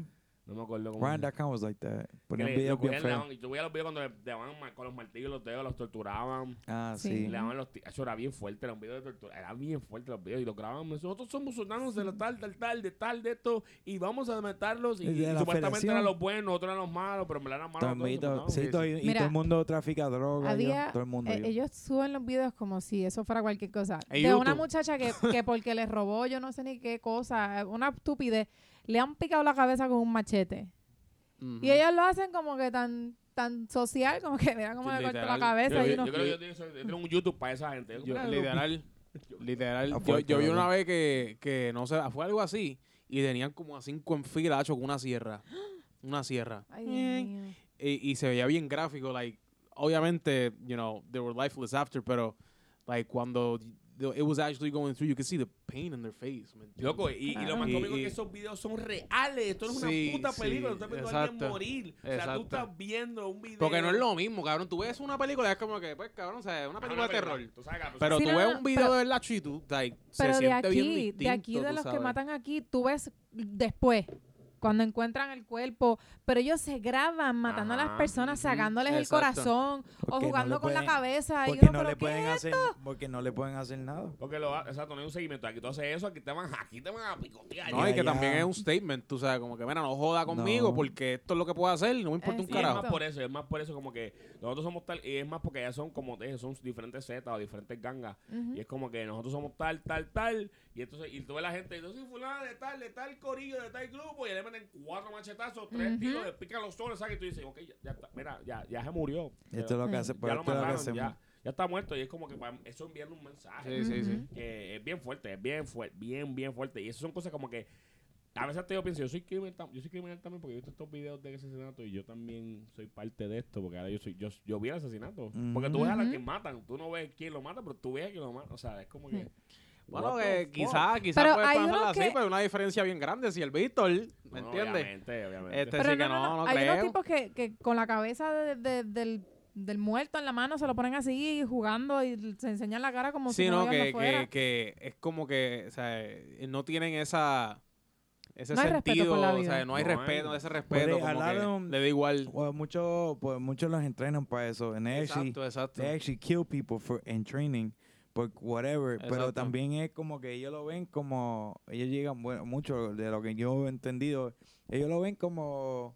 No me acuerdo cómo. Ryan Duncan was like that. Que Ponía le- videos lo bien cogían, le feos. daban- y tú veías los videos cuando le le daban ma- con los martillos los dedos, los torturaban. Ah, Sí. sí. Le daban los ti- Eso era bien fuerte, era un video de tortura. Era bien fuerte los videos y los grababan. Nosotros somos soldados de la tal, tal, tal, de tal, de esto. Y vamos a matarlos. Y, De y la supuestamente federación. eran los buenos, nosotros eran los malos, pero en verdad eran malos. También, todos, todo- se sí, mataban. todo- y Mira, todo el mundo trafica droga. Había, yo, todo el mundo. eh, yo. ellos suben los videos como si eso fuera cualquier cosa. En De una YouTube. muchacha que, que porque le robó yo no sé ni qué cosa, una estupidez, le han picado la cabeza con un machete. Ujú. Y ellos lo hacen como que tan tan social, como que mira cómo Sí, le cortó la literal. cabeza. Yo, y yo- uno- yo creo que yo tengo, yo tengo un YouTube para esa gente. Yo, Mira, literal, literal. Está Yo, fuerte, yo vi ¿verdad? una vez que, que no sé, fue algo así y tenían como a cinco en fila, hecho con una sierra. Una sierra. Ay, Dios mío. Y, y se veía bien gráfico, like, obviamente, you know, they were lifeless after, pero, like, cuando it was actually going through, you could see the pain in their face. ¿me entiendes? Loco, y, y lo Claro. más Y- cómico es y- que esos videos son reales. Esto no es Sí, una puta sí, película. Tú estás viendo a alguien exacto, morir. O sea, tú exacto. estás viendo un video. Porque no es lo mismo, cabrón. Tú ves una película, es como que, pues, cabrón, o sea, es una Ah, película no, de terror. Tú sabes que la persona- Pero Sí, tú no, ves no, un video pero- de verdad y tú, like, se Pero de siente bien aquí, distinto, de aquí de tú los que sabes. matan aquí, tú ves después, cuando encuentran el cuerpo, pero ellos se graban matando a las Ajá, personas, ujú, sacándoles el exacto. corazón o Porque no jugando le con la pueden- cabeza. y Porque uno, no ¿pero le qué pueden es hacer, esto? porque no le pueden hacer nada. Porque lo, exacto, no hay un seguimiento. Aquí tú haces eso, aquí te van, aquí te van a picotear. No, Ya, y que ya. también es un statement, tú sabes, como que, mira, no joda conmigo No. porque esto es lo que puedo hacer, no me importa un Y es carajo. más por eso, es más por eso como que nosotros somos tal, y es más porque ya son como te dije, son diferentes zetas o diferentes gangas. Ujú. Y es como que nosotros somos tal, tal, tal, y entonces, y tú ves la gente, yo soy fulana de tal, de tal corillo, de tal grupo, y le meten cuatro machetazos, tres Ujú. tiros, le pican los soles, ¿sabes? Y tú dices, ok, ya, ya está, mira, ya, ya se murió. Esto es lo que Sí. hace, ya pero lo esto es lo que mataron, hacemos. ya, ya está muerto, y es como que para eso enviando un mensaje. Sí, sí, sí. Ujú. Que es bien fuerte, es bien fuerte, bien, bien fuerte. Y eso son cosas como que a veces hasta yo pienso, yo soy criminal, tam- yo soy criminal también porque he visto estos videos de asesinato y yo también soy parte de esto, porque ahora yo soy, yo, yo vi el asesinato. Porque tú ves a los Ujú. que matan, tú no ves quién lo mata, pero tú ves a quién lo mata. O sea, es como que. Bueno, what que the fuck? quizás quizá Pero puedes hay pensarlo unos así, que- pero hay una diferencia bien grande. Si el Víctor, ¿me No, entiendes? Obviamente, obviamente. Este- Pero sí no, que no, no, no, no hay unos creo. tipos que, que con la cabeza de- de- del, del muerto en la mano se lo ponen así jugando y se enseñan la cara como Sí, si no, no, Dios que, no fuera. que, que es como que, o sea, eh, no tienen esa ese No hay respeto sentido, por la o vida. sea, no hay No hay. respeto, ese Puede respeto, como hablar que un- le da igual. Well, muchos pues, muchos los entrenan para eso. And they actually, Exacto, exacto. they actually kill people for in training. Por whatever. Pero Exacto. también es como que ellos lo ven como. Ellos llegan, bueno, mucho de lo que yo he entendido. Ellos lo ven como.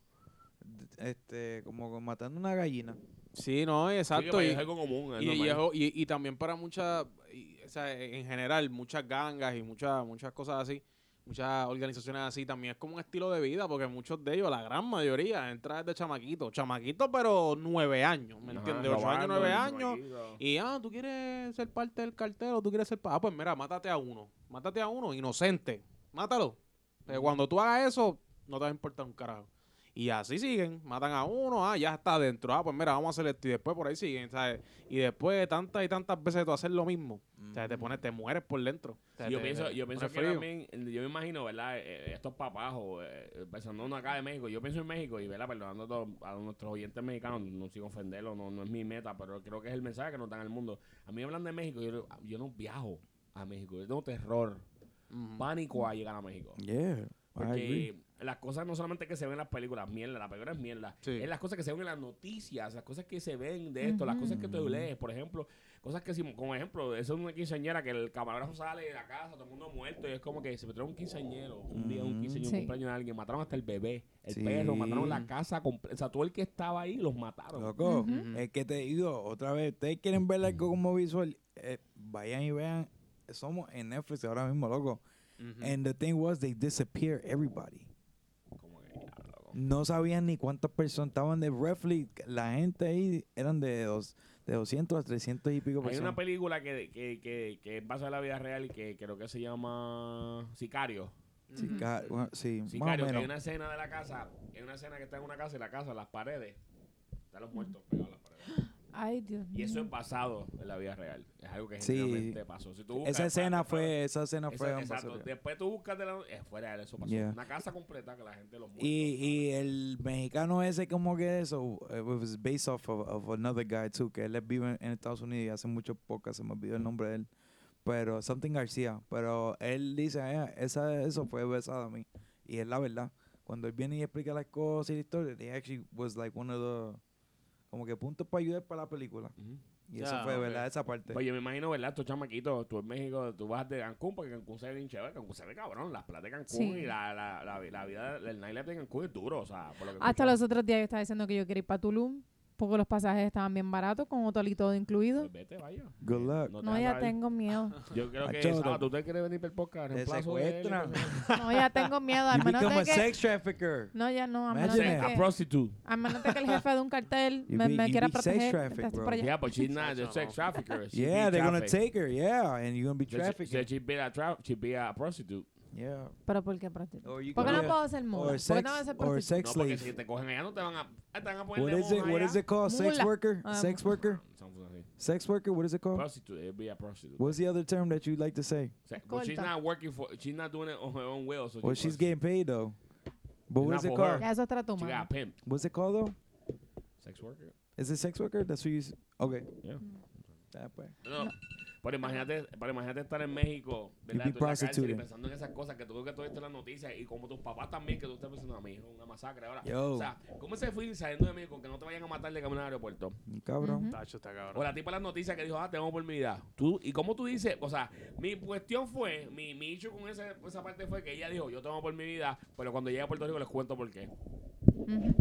Este, como matando una gallina. Sí, no, Sí, que exacto. para y, ellos es algo común. es y, normal. y, eso- y- y también para muchas, y, o sea, en general, muchas gangas y muchas muchas cosas así, muchas organizaciones así, también es como un estilo de vida, porque muchos de ellos, la gran mayoría, entran desde chamaquitos. Chamaquitos, pero nueve años, ¿me Ajá, entiendes? Ocho años, robando, nueve y años. chamaquito. Y, ah, tú quieres ser parte del cartel o tú quieres ser... pa- Ah, pues mira, mátate a uno. Mátate a uno, inocente. Mátalo. Eh, Cuando tú hagas eso, no te va a importar un carajo. Y así siguen. Matan a uno, ah, ya está adentro. Ah, pues mira, vamos a hacer esto. Y después por ahí siguen, ¿sabes? Y después de tantas y tantas veces tú hacer lo mismo, o sea, te pones, te mueres por dentro. O sea, yo te- pienso, te yo pienso pones que frío. también, yo me imagino, ¿verdad? Eh, eh, estos papás, o, eh, pensando uno acá de México, yo pienso en México y, ¿verdad? Perdonando a, todos- a nuestros oyentes mexicanos, no sigo ofenderlos, no, no es mi meta, pero creo que es el mensaje que nos dan al mundo. A mí hablan de México, yo, yo no viajo a México, yo tengo terror, Ujú. pánico a llegar a México. Yeah. I agree. Porque las cosas no solamente que se ven en las películas, mierda, la película es mierda. Sí. Es las cosas que se ven en las noticias, las cosas que se ven de esto, las cosas que tú Ujú. lees, por ejemplo, cosas que, si, como ejemplo, eso es una quinceañera que el camarógrafo sale de la casa, todo el mundo muerto, y es como que se metieron un quinceañero, un día un Ujú. quinceañero, un Sí. cumpleaños de alguien, mataron hasta el bebé, el Sí. perro, mataron la casa, comple- o sea, todo el que estaba ahí los mataron. Loco, Ujú. es que te digo, otra vez, ustedes quieren ver algo como visual, eh, vayan y vean, somos en Netflix ahora mismo, loco. Ujú. And the thing was, they disappear everybody. Como que, ya, loco. No sabían ni cuántas personas estaban de roughly, la gente ahí eran de dos, de doscientos a trescientos y pico Hay una personas. película que, que, que, que es basada en la vida real y que creo que se llama Sicario. Sí, Ujú. ca- bueno, sí, más Sicario, o que hay menos. una escena de la casa, hay una escena que está en una casa y la casa, las paredes, están los muertos pegados a las paredes. Ay, Dios Y eso mío. es basado en la vida real. Es algo que Sí. genuinamente pasó. Si tú buscas, Esa escena para- para- fue, esa escena esa- fue un exacto. basura. Después tú buscas de la... Es fuera de eso pasó. Yeah. Una casa completa que la gente los muertos. Y, y el mexicano ese como que eso, it was based off of, of another guy too, que él vive en, en Estados Unidos y hace mucho pocas, se me olvidó el nombre de él. Pero, Something García, pero él dice, "Eh, esa, eso fue besado a mí. Y es la verdad. cuando él viene y explica las cosas y la historia, they actually was like one of the, como que puntos para ayudar para la película. Ujú. Y eso Ya, fue, ok. ¿verdad? Esa parte. Pues yo me imagino, ¿verdad? Estos chamaquitos, tú en México, tú vas de Cancún, porque Cancún se ve bien chévere. Cancún se ve cabrón. Las playas de Cancún Sí. y la, la, la, la vida del nightlife de Cancún es duro, o sea, por lo que Hasta escucho. los otros días yo estaba diciendo que yo quería ir para Tulum porque los pasajes estaban bien baratos con hotel y todo incluido. Pues vete, vaya. Good Eh, luck. te No, vas ya a ir. tengo miedo. Yo creo que Acho, Saba, te- tú te quieres venir para el podcast. te reemplazo de él, secuestran. No, ya tengo miedo. Al You menos become de a que... sex trafficker. No, ya no. A menos Imagine de that. A que, prostitute. a menos de que el jefe de un cartel You me, be- me you quiera be sex proteger. traffic, Estás bro. por allá. Yeah, but she's not Eso a sex no. trafficker. She Yeah, be they're gonna trafficked. take her. Yeah, and you're gonna be So she- trafficking. so she'd be a tra- she'd be a prostitute. Yeah. Pero ¿por qué prostituta? Or you ¿Por qué could no be a- puedo ser mula? or ¿Por qué sex, tengo que ser or prostituta? sex No, porque slave. si te cogen allá no te van a, te van a poner What de is it? monja What allá. is it called? Sex Mula. worker? Um, Sex worker? Something así. Sex worker? What is it called? Prostitute. It'd be a prostitute. What's the other term that you like to say? O sea, but she's Escolta. not working for, she's not doing it on her own will. So Well, she she's was- getting paid though. But It's what is not it for her. called? Ya eso es trato She humano. got pimped. What's it called though? Sex worker. Is it sex worker? That's what you. s- Okay. Yeah. Ah, pues. No, pero imagínate, pero imagínate estar en México, ¿verdad? be Tú en la cárcel y prostituting. pensando en esas cosas que tú que tú viste en las noticias y como tus papás también que tú estás pensando a mí, es una masacre ahora. Yo. O sea, ¿cómo se fue saliendo de México que no te vayan a matar de camino al aeropuerto? Cabrón. Ujú. Tacho, está O cabrón. la tipa en las noticias que dijo, ah, tengo por mi vida. Tú, y cómo tú dices, o sea, mi cuestión fue, mi, mi issue con ese- esa parte fue que ella dijo, yo tengo por mi vida, pero cuando llegue a Puerto Rico les cuento por qué. Ujú.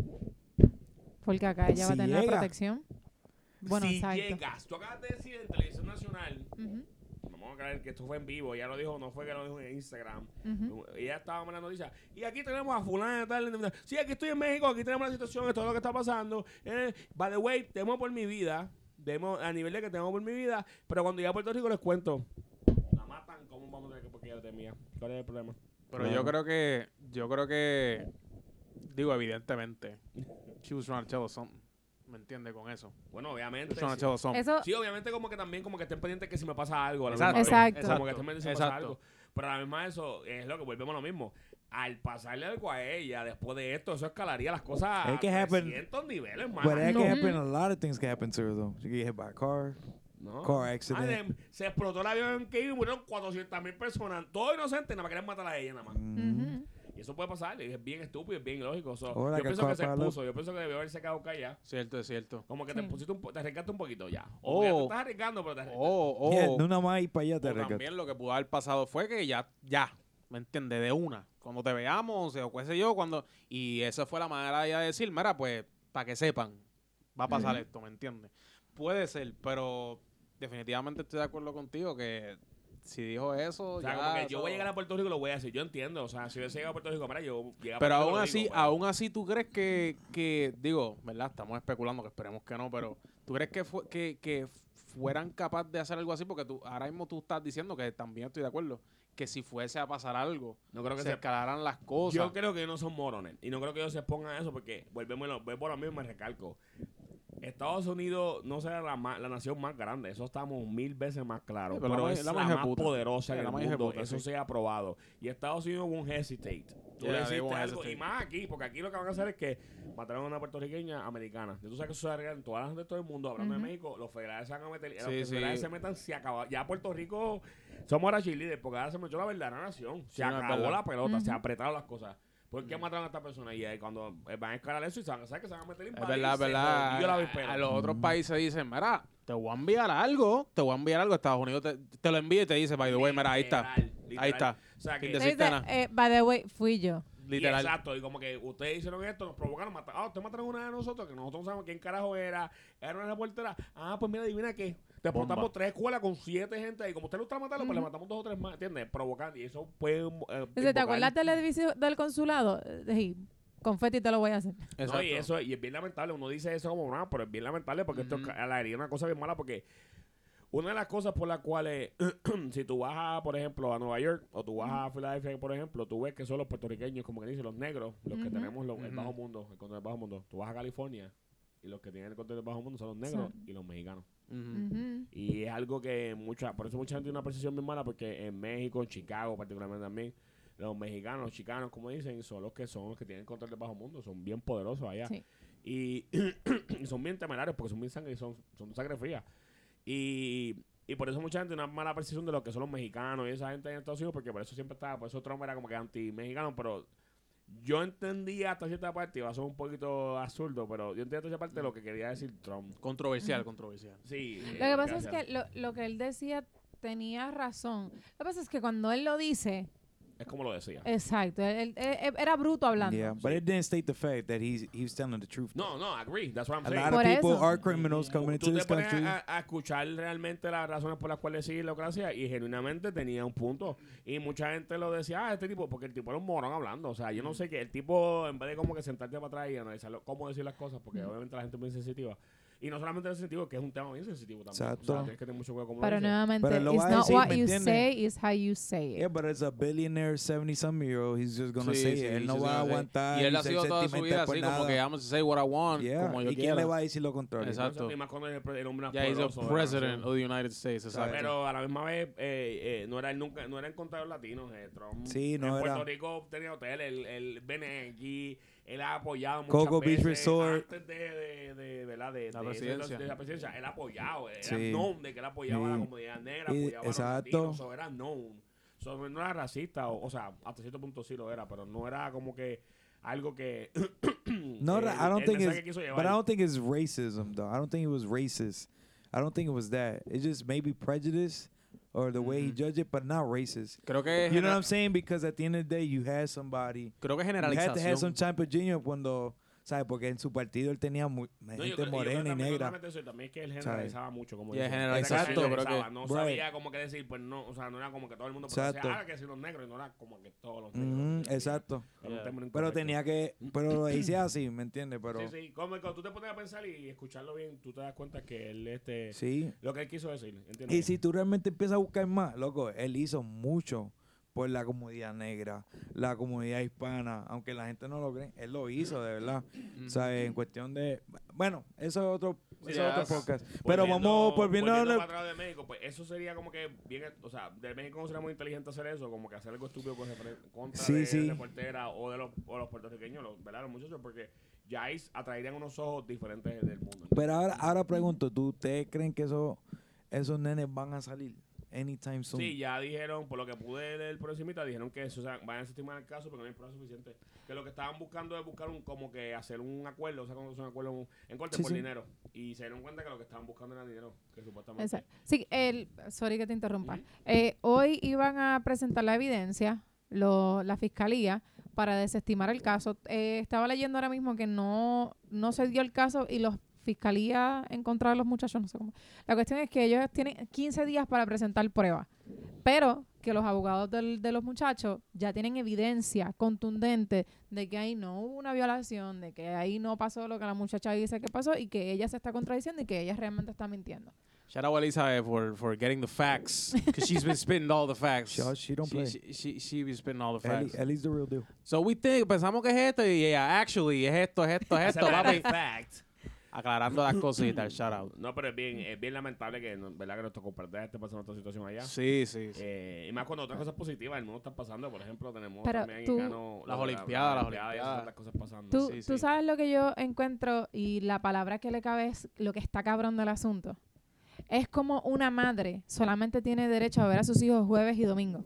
Porque acá ella va a Si tener la llega. protección. Bueno, si exacto. llegas, tú acabas de decir en televisión nacional, Ujú, vamos a creer que esto fue en vivo, ella lo dijo, no fue que lo dijo en Instagram. ujú. Ella estaba en la noticia. Y aquí tenemos a fulana tal. Sí, aquí estoy en México, aquí tenemos la situación, esto es lo que está pasando. Eh, by the way, temo por mi vida. Temo a nivel de que temo por mi vida. Pero cuando llegue a Puerto Rico les cuento. La matan, ¿cómo vamos a tener que porque ella temía? ¿Cuál es el problema? Pero Claro. yo creo que, yo creo que, digo, evidentemente, she was trying to tell us something. ¿Me entiendes con eso? Bueno, obviamente. Trying to Sí, tell us something. Eso, sí, obviamente como que también como que estén pendientes que si me pasa algo. a la Exacto. misma vez. Exacto. Como que estén pendientes si me pasa Exacto. algo. Pero a la misma eso es lo que volvemos a lo mismo. Al pasarle algo a ella, después de esto, eso escalaría las cosas It a can happen. trescientos niveles más. But that No. can happen. A lot of things can happen to her though. She get hit by a car. No. Car accident. Ah, de- se explotó el avión en Kevin y murieron cuatrocientas mil personas. Todo inocente, nada más querían matar a ella nada más. Mhm. ujú. Y eso puede pasar. Y es bien estúpido, es bien ilógico. So, Ahora yo que pienso que se acaba de- expuso. Yo pienso que debió haberse quedado callada. Cierto, es cierto. Como que te Sí. pusiste un po- te arriesgaste un poquito ya. Oh. O ya te estás arriesgando, pero te arriesgaste. O, o, Yeah, no nada más ir para allá te o arreglas. también lo que pudo haber pasado fue que ya, ya, ¿me entiendes? De una. Cuando te veamos, o qué sé yo, cuando... Y esa fue la manera de ella decir, mira, pues, para que sepan, va a pasar Ujú. esto, ¿me entiendes? Puede ser, pero definitivamente estoy de acuerdo contigo que si dijo eso, O sea, ya como que yo eso- voy a llegar a Puerto Rico y lo voy a decir. Yo entiendo. O sea, si yo llegado a Puerto Rico, mira, yo llegué a Pero Puerto Rico, aún lo así, digo, pero- aún así, ¿tú crees que, que, digo, verdad? Estamos especulando, que esperemos que no, pero ¿tú crees que, fu- que, que fueran capaces de hacer algo así? Porque tú, ahora mismo tú estás diciendo que también estoy de acuerdo, que si fuese a pasar algo, No creo que se se escalaran las cosas. Yo creo que ellos no son morones. Y no creo que ellos se pongan a eso porque, volvemos a lo, vuelvo a lo mismo y me recalco. Estados Unidos no será la, ma- la nación más grande. Eso estamos mil veces más claros. Sí, pero pero la más- es la la, más más hijeputa. poderosa Sí, en la el más mundo. hijeputa, Eso sí. se ha probado. Y Estados Unidos won't hesitate. Tú Yeah, le they hiciste won't algo. hesitate. Y más aquí, porque aquí lo que van a hacer es que mataron a una puertorriqueña americana. Y tú sabes que eso se arregla en todas las de todo el mundo. Hablando Ujú. de México, los federales se van a meter. y los Sí, que sí. federales se metan, se acaba. Ya Puerto Rico somos ahora cheerleaders porque ahora se metió la verdadera nación. Se Sí, no, es acabó verdad. la pelota, Ujú. se apretaron las cosas. ¿Por qué mataron a esta persona? Y ahí cuando eh, van a escalar eso y se van a saber que se van a meter en Es verdad, es verdad. Yo la A, avispero. a los otros Mm. países dicen, mira, te voy a enviar algo, te voy a enviar algo. Estados Unidos te, te lo envía y te dice, by the way, mira, ahí está. Literal, literal. Ahí está. O sea que, Sin Se decirte dice, nada. eh, by the way, fui yo. y Literal. exacto, y como que ustedes hicieron esto, nos provocaron, mataron. Ah, ustedes mataron a una de nosotros, que nosotros no sabemos quién carajo era, era una reportera. Ah, pues mira, adivina qué. Te Bomba. explotamos tres escuelas con siete gente y como usted lo está matando, pues le Ujú. matamos dos o tres más, ¿entiendes? Provocando. Y eso puede. Eh, Dice, ¿te invocar- acuerdas del edificio del consulado? Eh, Sí, confeti te lo voy a hacer. No, Exacto. y eso y es bien lamentable. Uno dice eso como nada, pero es bien lamentable porque esto Ujú. es a la herida una cosa bien mala porque una de las cosas por las cuales si tú vas a, por ejemplo, a Nueva York o tú vas a Filadelfia, por ejemplo, tú ves que son los puertorriqueños, como que dicen, los negros, los que Ujú. tenemos lo- el Ujú. bajo mundo, el control del bajo mundo. Tú vas a California y los que tienen el control del bajo mundo son los negros Son- y los mexicanos. Ujú. Ujú. Y es algo que mucha, por eso mucha gente tiene una percepción bien mala porque en México, en Chicago particularmente también, los mexicanos, los chicanos, como dicen, son los que son los que tienen el control del bajo mundo, son bien poderosos allá. Sí. Y, y son bien temerarios porque son bien sangre y son, son sangre fría. Y, y por eso mucha gente tiene una mala percepción de lo que son los mexicanos y esa gente en Estados Unidos, porque por eso siempre estaba, por eso Trump era como que anti-mexicano, pero yo entendía hasta cierta parte, iba a ser un poquito absurdo, pero yo entendía hasta cierta parte lo que quería decir Trump. Controversial, controversial. Sí. Lo que pasa es que lo, lo que él decía tenía razón. Lo que pasa es que cuando él lo dice, Es como lo decía. exacto, él, él- él- era bruto hablando. Yeah, but it didn't state the fact that he's he was telling the truth. No, no, I agree. That's what I'm A saying. lot Por of people eso. are criminals coming Tú into te this pones country. a, a escuchar realmente las razones por las cuales sigue la ocracia y genuinamente tenía un punto. Y mucha gente lo decía, ah, este tipo, porque el tipo era un morón hablando. O sea, yo no sé qué, el tipo, en vez de como que sentarte para atrás y analizar lo- cómo decir las cosas, porque obviamente la gente es muy sensitiva. Y no solamente en ese sentido, que es un tema bien sensitivo también. Exacto. O sea, tienes que tener mucho cuidado como Pero lo dices. nuevamente, Pero lo it's va a not decir, what ¿me you entiendes? say, it's how you say Yeah, it. but as a billionaire seventy some year old, he's just gonna Sí, say sí, it. Él sí, no sí, va a sí. aguantar Y él ha ser sido toda su vida sentimental por así, como nada. que I'm gonna say what I want, Yeah. como yo ¿Y quién quiera. le va a decir lo contrario? Exacto. Y más cuando es el, pre- el hombre más Ya, he's poderoso the de la president nación. of the United States, exacto. Pero a la misma vez, eh, eh, no era él nunca, no era en contra de los latinos. Eh, Trump Sí, no en era. Puerto Rico tenía hotel, él, él viene aquí, él ha apoyado muchas Cocoa Beach veces Resort. antes de, de, de, ¿verdad? de, La de- presidencia. de la presidencia. Él ha apoyado, era Sí. known de que él apoyaba a la Sí. comunidad negra, Y- apoyaba a los exacto. latinos, so, era known. So, no era racista, o, o sea, hasta cierto punto sí lo era, pero no era como que algo que No, eh, I don't el think mensaje it's, que quiso but llevar. I don't think it's racism though. I don't think it was racist. I don't think it was that. It's just maybe prejudice or the way he judged it, but not racist. Creo que You know genera- what I'm saying? Because at the end of the day, you had somebody. creo que You had to have generalización. some type of genius cuando, ¿sabes? Porque en su partido él tenía mu- No, yo gente creo- yo creo morena y también, no negra. solamente eso, también es que él generalizaba mucho, como Yeah, dice. generalización, Exacto. yo creo que- Generalizaba, no Right. sabía como que decir, pues no, o sea, no era como que todo el mundo pero decía, Exacto. ah, que si los negros, y no era como que todos los Ujú, negros. Sí, exacto. era un Yeah. término Pero incorrecto. tenía que, pero lo decía así, ¿me entiendes? Pero Sí, sí, como cuando tú te pones a pensar y escucharlo bien, tú te das cuenta que él, este, sí. lo que él quiso decir, ¿entiendes? Y si tú realmente empiezas a buscar más, loco, él hizo mucho por la comunidad negra, la comunidad hispana, aunque la gente no lo cree, él lo hizo, de verdad. O sea, en cuestión de... Bueno, eso es otro, Sí, eso es otro ya. podcast. Pero vamos, volviendo a... volviendo la- para atrás de México, pues eso sería como que bien, o sea, de México no sería muy inteligente hacer eso, como que hacer algo estúpido con referen- contra Sí, de sí. reportera o de los, o los puertorriqueños, los, ¿verdad? Los muchachos, porque ya ahí atraerían unos ojos diferentes del mundo. Pero ahora, ahora pregunto, ¿tú ustedes creen que eso, esos nenes van a salir anytime soon? Sí, ya dijeron, por lo que pude leer por encimita, dijeron que eso, o sea, van a desestimar el caso porque no hay pruebas suficientes. Que lo que estaban buscando es buscar un, como que hacer un acuerdo, o sea, cuando es un acuerdo en- en corte Sí, por sí. dinero. Y se dieron cuenta que lo que estaban buscando era dinero, que supuestamente. Exacto. Sí, el, sorry que te interrumpa. Ujú. Eh, hoy iban a presentar la evidencia, lo- la fiscalía, para desestimar el caso. Eh, estaba leyendo ahora mismo que no, no se dio el caso y los fiscalía encontraron a los muchachos, no sé cómo. La cuestión es que ellos tienen quince días para presentar pruebas, pero que los abogados del- de los muchachos ya tienen evidencia contundente de que ahí no hubo una violación, de que ahí no pasó lo que la muchacha dice que pasó y que ella se está contradiciendo y que ella realmente está mintiendo. Shout out a Elizabeth for, for getting the facts, because she's been spitting all the facts. She, she don't play. She, she, she be spitting all the Ellie, facts. Ellie's the real deal. So we think, pensamos que es esto y ella, actually, es esto, es esto, es Esa esto, era papi. la fact. Aclarando las cositas, shout out. No, pero es bien, es bien lamentable que, no- ¿verdad? Que nuestros compatriotas estén pasando esta situación allá. Sí, sí, sí. Eh, y más cuando otras cosas positivas el mundo está pasando. Por ejemplo, tenemos Pero también tú- en Gano, Las lo de la- Olimpiadas, las y esas Olimpiadas. otras cosas pasando. Tú, Sí, tú sí. sabes lo que yo encuentro y la palabra que le cabe es lo que está cabrón del asunto. Es como una madre solamente tiene derecho a ver a sus hijos jueves y domingo.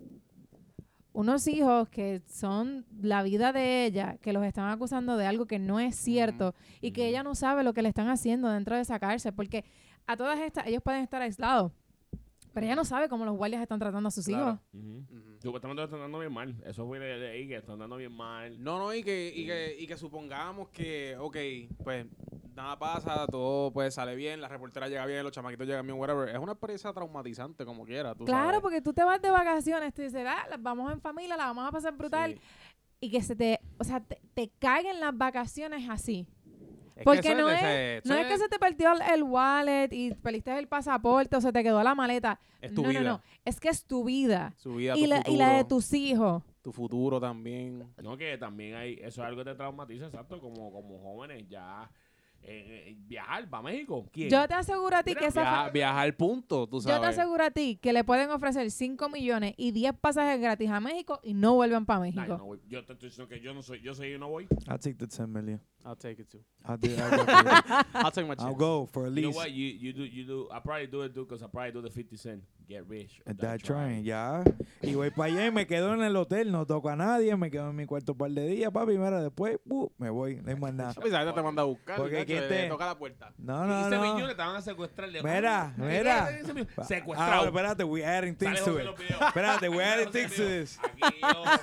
Unos hijos que son la vida de ella, que los están acusando de algo que no es cierto y que ella no sabe lo que le están haciendo dentro de esa cárcel, porque a todas estas ellos pueden estar aislados, pero ella no sabe cómo los guardias están tratando a sus Claro. hijos. Ujú. Ujú. Supuestamente lo están dando bien mal. Eso fue de, de ahí, que están dando bien mal. No, no, y que, y, que, y que supongamos que, ok, pues nada pasa, todo pues sale bien, la reportera llega bien, los chamaquitos llegan bien, whatever. Es una experiencia traumatizante como quiera, tú Claro, sabes. porque tú te vas de vacaciones, tú dices, ah, las vamos en familia, la vamos a pasar brutal. Sí. Y que se te, o sea, te, te caguen las vacaciones así. Es que Porque eso no de- es, ese- no eso es que se te perdió el, el wallet y perdiste el pasaporte o se te quedó la maleta. Es tu no, vida. no, no. Es que es tu vida. Su vida, Y tu la, futuro, y la de tus hijos. tu futuro también. No, que también hay, eso es algo que te traumatiza, exacto, como, como jóvenes, ya, eh, eh, viajar para México. ¿Quién? Yo te aseguro a ti Mira, que esa Viaja, fa- viajar punto, tú sabes. yo te aseguro a ti que le pueden ofrecer cinco millones y diez pasajes gratis a México y no vuelven para Nah, yo, México. no voy. Yo te estoy diciendo que yo no soy, yo soy y no voy. I'll take the ten million. I'll take it too. I'll, do, I'll, go for it. I'll take my I'll chance. go for at You know least. what? You, you do, you do. I probably do it, because I probably do the fifty cent. Get rich. or At die that trying. trying, ya. Y voy para allá y me quedo en el hotel, no toco a nadie, me quedo en mi cuarto un par de días, papi, mira, después, uh, me voy, no hay más nada. Papi, esa gente te manda a buscar. Porque Porque ¿quién te te- toca la puerta. No, no, quince no. millones te van a secuestrar. le- Mira, ¿Qué mira. quince millones? Ahora, Secuestrado. espérate, we're adding things Sale to José it. los videos. Espérate, we're Sale adding José things to videos. this. Aquí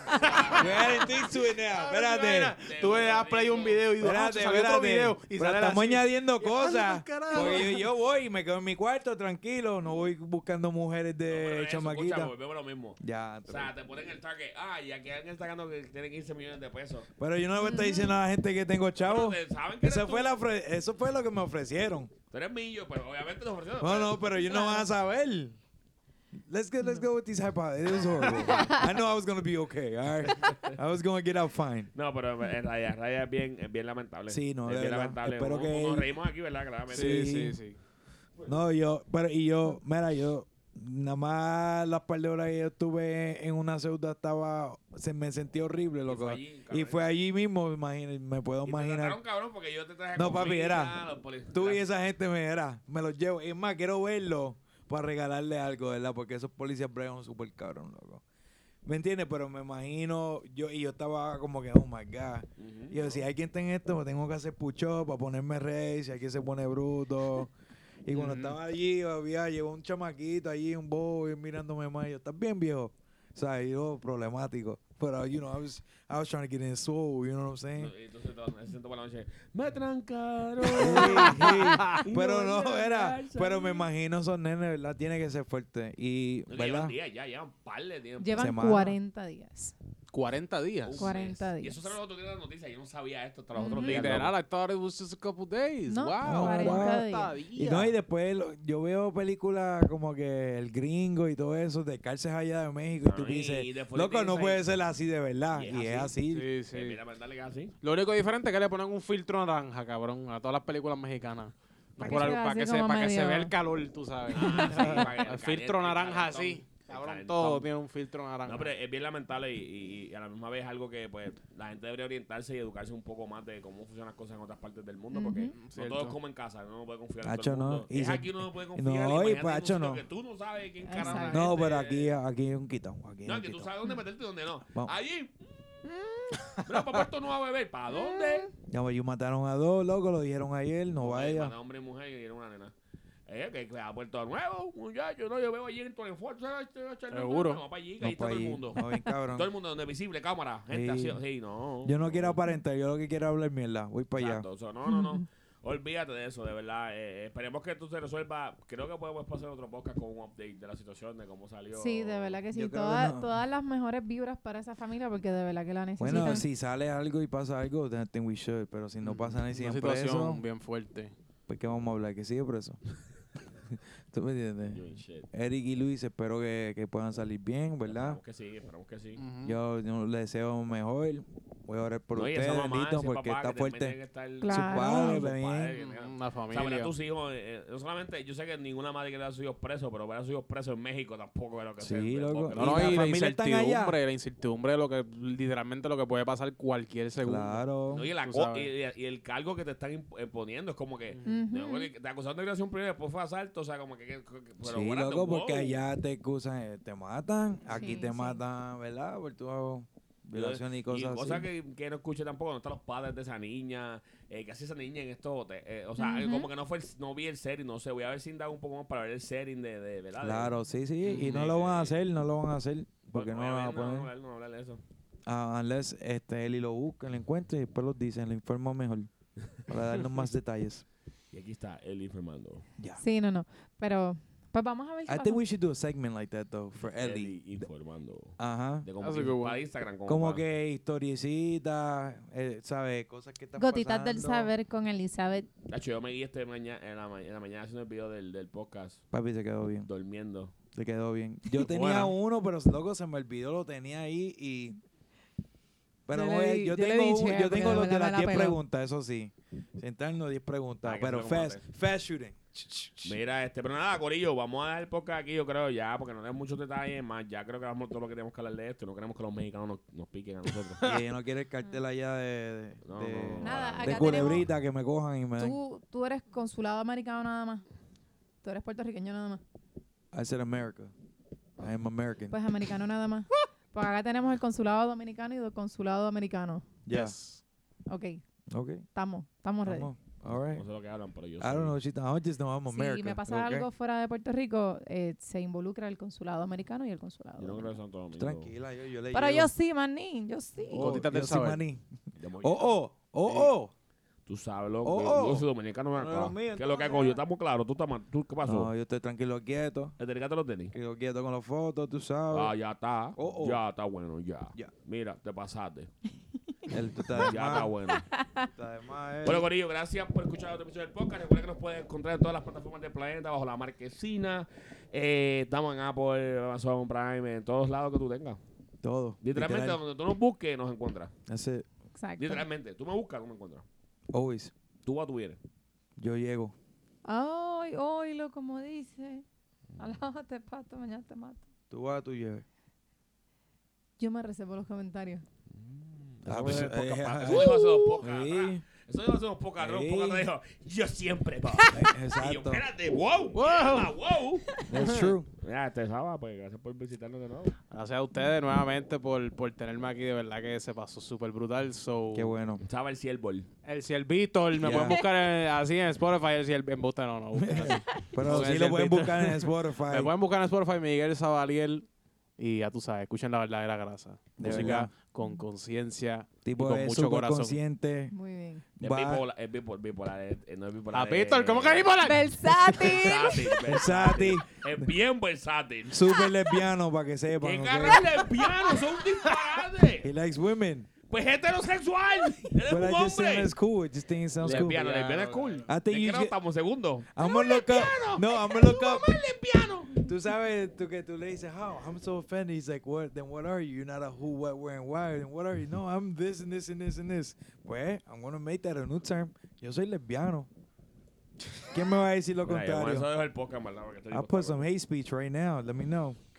yo. We're adding things to it now. Espérate. Tú le das play a un video y dices, ah, Espérate, salió otro espérate. video. Y Pero sale estamos así. añadiendo ¿Qué pasa, cosas. carajo? Porque yo, yo voy y me quedo en mi cuarto tranquilo. No voy buscando mujeres Pero de eso, chamaquita. escucha, volvemos a lo mismo. Ya, O sea, te ponen el target. Ah, y aquí alguien está ganando que tiene quince millones de pesos. pero yo no le voy a estar diciendo a la gente que tengo chavo. Pero te- saben que Eso eres fue, tú. la ofre- eso fue lo que me ofrecieron. Tú eres millo, pero obviamente te ofrecieron. No, no, pero ellos no van a saber. Let's go, let's go with these hypotheses. It was horrible. I know I was going to be okay, all right? I was going to get out fine. No, pero en realidad, en realidad es bien, es bien lamentable. Sí, no, es de bien verdad. lamentable. Espero Uno- que- Nos reímos aquí, ¿verdad? Claramente. Sí, Sí. sí, sí. No, yo, pero y yo, mira, yo, nada más las par de horas que yo estuve en una ceuda estaba, se me sentí horrible, Y loco. fue allí, Y cabrón. fue allí mismo, imagínate, me puedo Y te imaginar. trataron cabrón porque yo te traje No, papi, comida, era, los poli- tú y la- esa gente me era, me los llevo. Es más, quiero verlo para regalarle algo, ¿verdad? Porque esos policías bregan súper cabrón, loco. ¿Me entiendes? Pero me imagino, yo y yo estaba como que, oh my God. Ujú. Y yo, si hay quien está en esto, me tengo que hacer push-up para ponerme rey, si alguien se pone bruto. Y cuando Ujú. estaba allí, había, llegó un chamaquito allí, un bobo, y mirándome más. Y yo, ¿estás bien, viejo? O sea, yo, problemático. Pero, you know, I was, I was trying to get in soul, you know what I'm saying? No, y entonces todo- me siento por la noche. Me trancaron. Hey, hey. Y Pero no no, voy a era, dejar pero me salir. imagino esos nenes, ¿verdad? Tiene que ser fuerte. Y, No, que llevan ¿verdad? días ya, llevan par de tiempo. Llevan semana. cuarenta días. cuarenta días. Un cuarenta mes. Y días. eso sale los otros días de la noticia. Yo no sabía esto hasta los Ujú. otros días. Literal, I thought it was just a couple days. No, wow. cuarenta Y no, y después lo- yo veo películas como que El Gringo y todo eso, de cárceles allá de México, y tú Ah, y dices, después loco, tienes no ahí- puede ser así de verdad. Y es Y es así. así. Sí, sí. Eh, mira, dale que así. Lo único diferente es que le ponen un filtro naranja, cabrón, a todas las películas mexicanas. Pa' Por que algo- sea Para que, así se, como para que se medio- vea el calor, tú sabes. Ah, sí, para que el el filtro caliente, naranja el así. calentón, el Cabrón, calentón. todo tiene un filtro naranja. No, pero es bien lamentable y, y- y a la misma vez algo que pues la gente debería orientarse y educarse un poco más de cómo funcionan las cosas en otras partes del mundo, porque Ujú. no Cierto. todos comen en casa, uno no puede confiar en Pacho, todo el no. mundo. Y Es se- aquí uno no puede no, confiar. y imagínate en un Pacho, sitio no. que tú no sabes quién Exacto. carajo es No, gente. pero aquí, aquí hay un quitón. Aquí hay No, un que tú quitón. sabes dónde meterte y dónde no. Vamos. Allí. Mira, papá, esto no va a beber. ¿Para dónde? Ya, pues, ellos mataron a dos, loco, lo dijeron ayer, no vaya. Para hombre y mujer y era una nena. Eh, que, que a Puerto Nuevo, muchacho, no, yo veo allí en Torrenfort, ¿sabes? Seguro. Vamos para allí, que No ahí está pa' todo el allí. mundo. No, bien cabrón. Todo el mundo donde visible, cámara, gente Sí. así, sí, no. Yo no quiero aparentar, yo lo que quiero es hablar mierda. Voy para allá. Exacto, o sea, no, no, no. Olvídate de eso, de verdad. Eh, esperemos que esto se resuelva. Creo que podemos pasar otro podcast con un update de la situación, de cómo salió. Sí, de verdad que sí. Yo creo que Todas, no. todas las mejores vibras para esa familia porque de verdad que la necesitan. Bueno, si sale algo y pasa algo, then I think we should. Pero si no pasa nada y Una siguen situación presos, bien fuerte. pues ¿qué vamos a hablar? Que sigue preso. ¿Tú me entiendes? Doing shit. Eric y Luis, espero que, que puedan salir bien, ¿verdad? Esperamos que sí, esperamos que sí. Ujú. Yo, yo les deseo mejor. Voy a orar por No, y ustedes, esa mamá, bendito, ese porque papá está que también tiene que fuerte. estar- Claro. Su padre, Su también. padre, que- Una O sea, ver a familia. tus hijos, eh, eh, no solamente, yo sé que ninguna madre quiere ver a sus hijos presos, pero ver a sus hijos presos en México tampoco es lo que Sí, sea. loco. No, Y no, la y la familia están allá. incertidumbre, la incertidumbre de lo que literalmente lo que puede pasar cualquier segundo. Claro. No, y, la Tú co- sabes. y, y el cargo que te están imp- imponiendo es como que Ujú. no, güey, te acusaron de violación primero, después fue asalto, o sea, como que, que- que- pero Sí, espérate, loco, porque wow. allá te acusan, eh, te matan. Aquí Sí, te sí. matan, ¿verdad? Por tu violación y cosas y así. cosas que, que no escuché tampoco, no están los padres de esa niña, eh, que hace esa niña en esto, te- eh, o sea, eh, Ujú. como que no fue el- no vi el setting, no sé, voy a ver si indago un poco más para ver el setting de, de ¿verdad? De- Claro, sí, sí. Y de no lo van a que- hacer, no lo van a hacer. Porque Pues, no lo van a obviamente, poner. No, no, no, hablar de eso. Ah, unless este, él y lo buscan, lo encuentran y después los dicen, lo informo mejor. Para darnos más detalles. Y aquí está él informando. Ya. Sí, no, no. Pero, pues vamos a ver qué I pasa. think we should do a segment like that, though, for Ellie. Ellie informando. Ajá. De como That's a que good one. para Instagram. Como, Como para- que historiecitas, eh, ¿sabes? Cosas que están Gotitas del pasando. saber con Elizabeth. Nacho, yo me guié este mañana, en, la, ma- en la mañana haciendo el video del, del podcast, Papi, se quedó bien. durmiendo. Se quedó bien. Yo tenía Buena. uno, pero loco, se me olvidó, lo tenía ahí y... Pero Yo voy le a- di- yo yo le tengo, di un- share yo porque tengo de los de verdad las me la diez peló. preguntas, eso sí. Sentarnos diez preguntas. Ah, que Pero se lo fast, mate. fast shooting. Mira, este, pero nada, Corillo, vamos a dejar el podcast aquí, yo creo, ya, porque no tenemos muchos detalles más. Ya creo que vamos todo lo que tenemos que hablar de esto. No queremos que los mexicanos nos, nos piquen a nosotros. Y ella no quiere el cartel allá de, de, No, de- no, no, Nada, no. de acá culebrita que me cojan y me den. Tú, tú eres consulado americano nada más. Tú eres puertorriqueño nada más. I said America. I am American. Pues americano nada más. Pues acá tenemos el consulado dominicano y el consulado americano. Yeah. Yes. Ok, Okay. estamos, estamos ready. Come on. All right. No sé lo que hablan, pero yo I don't know what you I just know I'm America. Si me pasa okay? algo fuera de Puerto Rico, eh, se involucra el consulado americano y el consulado Yo no creo que dominicano. Santo Domingo. Tranquila, yo, yo le Pero llego. yo sí, manín, yo sí. Oh, Gotitas del yo soy saber. maní. Ya me voy. Oh, oh, oh, oh. Tú sabes lo que Oh, oh. yo soy dominicano. ven No, acá. no, mío, ¿Qué es lo que entonces, hago yo? ah. Estamos claros. ¿Tú, estás mal? ¿Tú qué pasó? No, yo estoy tranquilo, quieto. ¿Te dedicaste los tenis? Tranquilo, quieto con las fotos, tú sabes. Ah, ya está. Oh, oh. Ya está bueno, ya. Ya. Mira, te pasaste. Él, tú estás de Ya está más. bueno. Está de más, él. Bueno, Corillo, gracias por escuchar otro episodio del podcast. Recuerda que nos puedes encontrar en todas las plataformas del planeta bajo la marquesina. Eh, estamos en Apple, Amazon Prime, en todos lados que tú tengas. Todo. Literalmente, Literal. donde tú nos busques, nos encuentras. That's it. Exacto. Literalmente, tú me buscas, tú me encuentras. Always. Tú vas, tú vienes. Yo llego. Ay, oílo como dice. Alájate, pato, mañana te mato. Tú vas, tú lleves. Yo me reservo los comentarios. Ah, Eso pues, fue poca eh, pa- eh, eso dijo hace dos pocas sí. atrás. Eso dijo hace dos pocas atrás. Un poco atrás dijo, yo siempre, pa. Eh, Y yo, Exacto. espérate, wow, Wow. wow, wow. That's true. Ya, este sábado, pues gracias por visitarnos de nuevo. Gracias a ustedes nuevamente por, por tenerme aquí. De verdad que se pasó súper brutal. So, Qué bueno. Estaba el ciervo. El Ciervito, me Yeah. pueden buscar en- así en Spotify. El Ciel, en Busta, no, no. busquen así. Pero Porque sí el lo pueden Ciervito- buscar en Spotify. Me pueden buscar en Spotify Miguel Sabaliel. Y ya tú sabes, escuchen la verdadera grasa. De Música verdad. con conciencia y Tipo con es mucho súper corazón. consciente. Muy bien. Es Va- bipolar, es bipolar, bipolar, es- es- no es bipolar. Ah, es- Víctor, ¿cómo que bipolar? Versátil. Versátil, Versátil. Es bien versátil. Súper lesbiano, para que sepan. ¿Qué ¿ok? carras lesbianos? Son un disparate. He likes women. Pues heterosexual. Él es But un I just saying hombre. it's cool. It just think it sounds cool. Lesbiano, lesbiana es cool. I think Es you que no should- estamos segundos. I'm gonna look up. No, I'm gonna look Tu up. mamá es lesbiano. Tú sabes, tú que tú le dices, how? I'm so offended. He's like, what? Then what are you? You're not a who, what, where, and why. Then what are you? No, I'm this and this and this and this. Pues, I'm gonna make that a new term. Yo soy lesbiano. ¿Quién me va a decir lo Mira, yo con eso contrario? dejo el podcast, ¿verdad? Porque estoy I'll dispuesto put some hate speech right now. Let me know.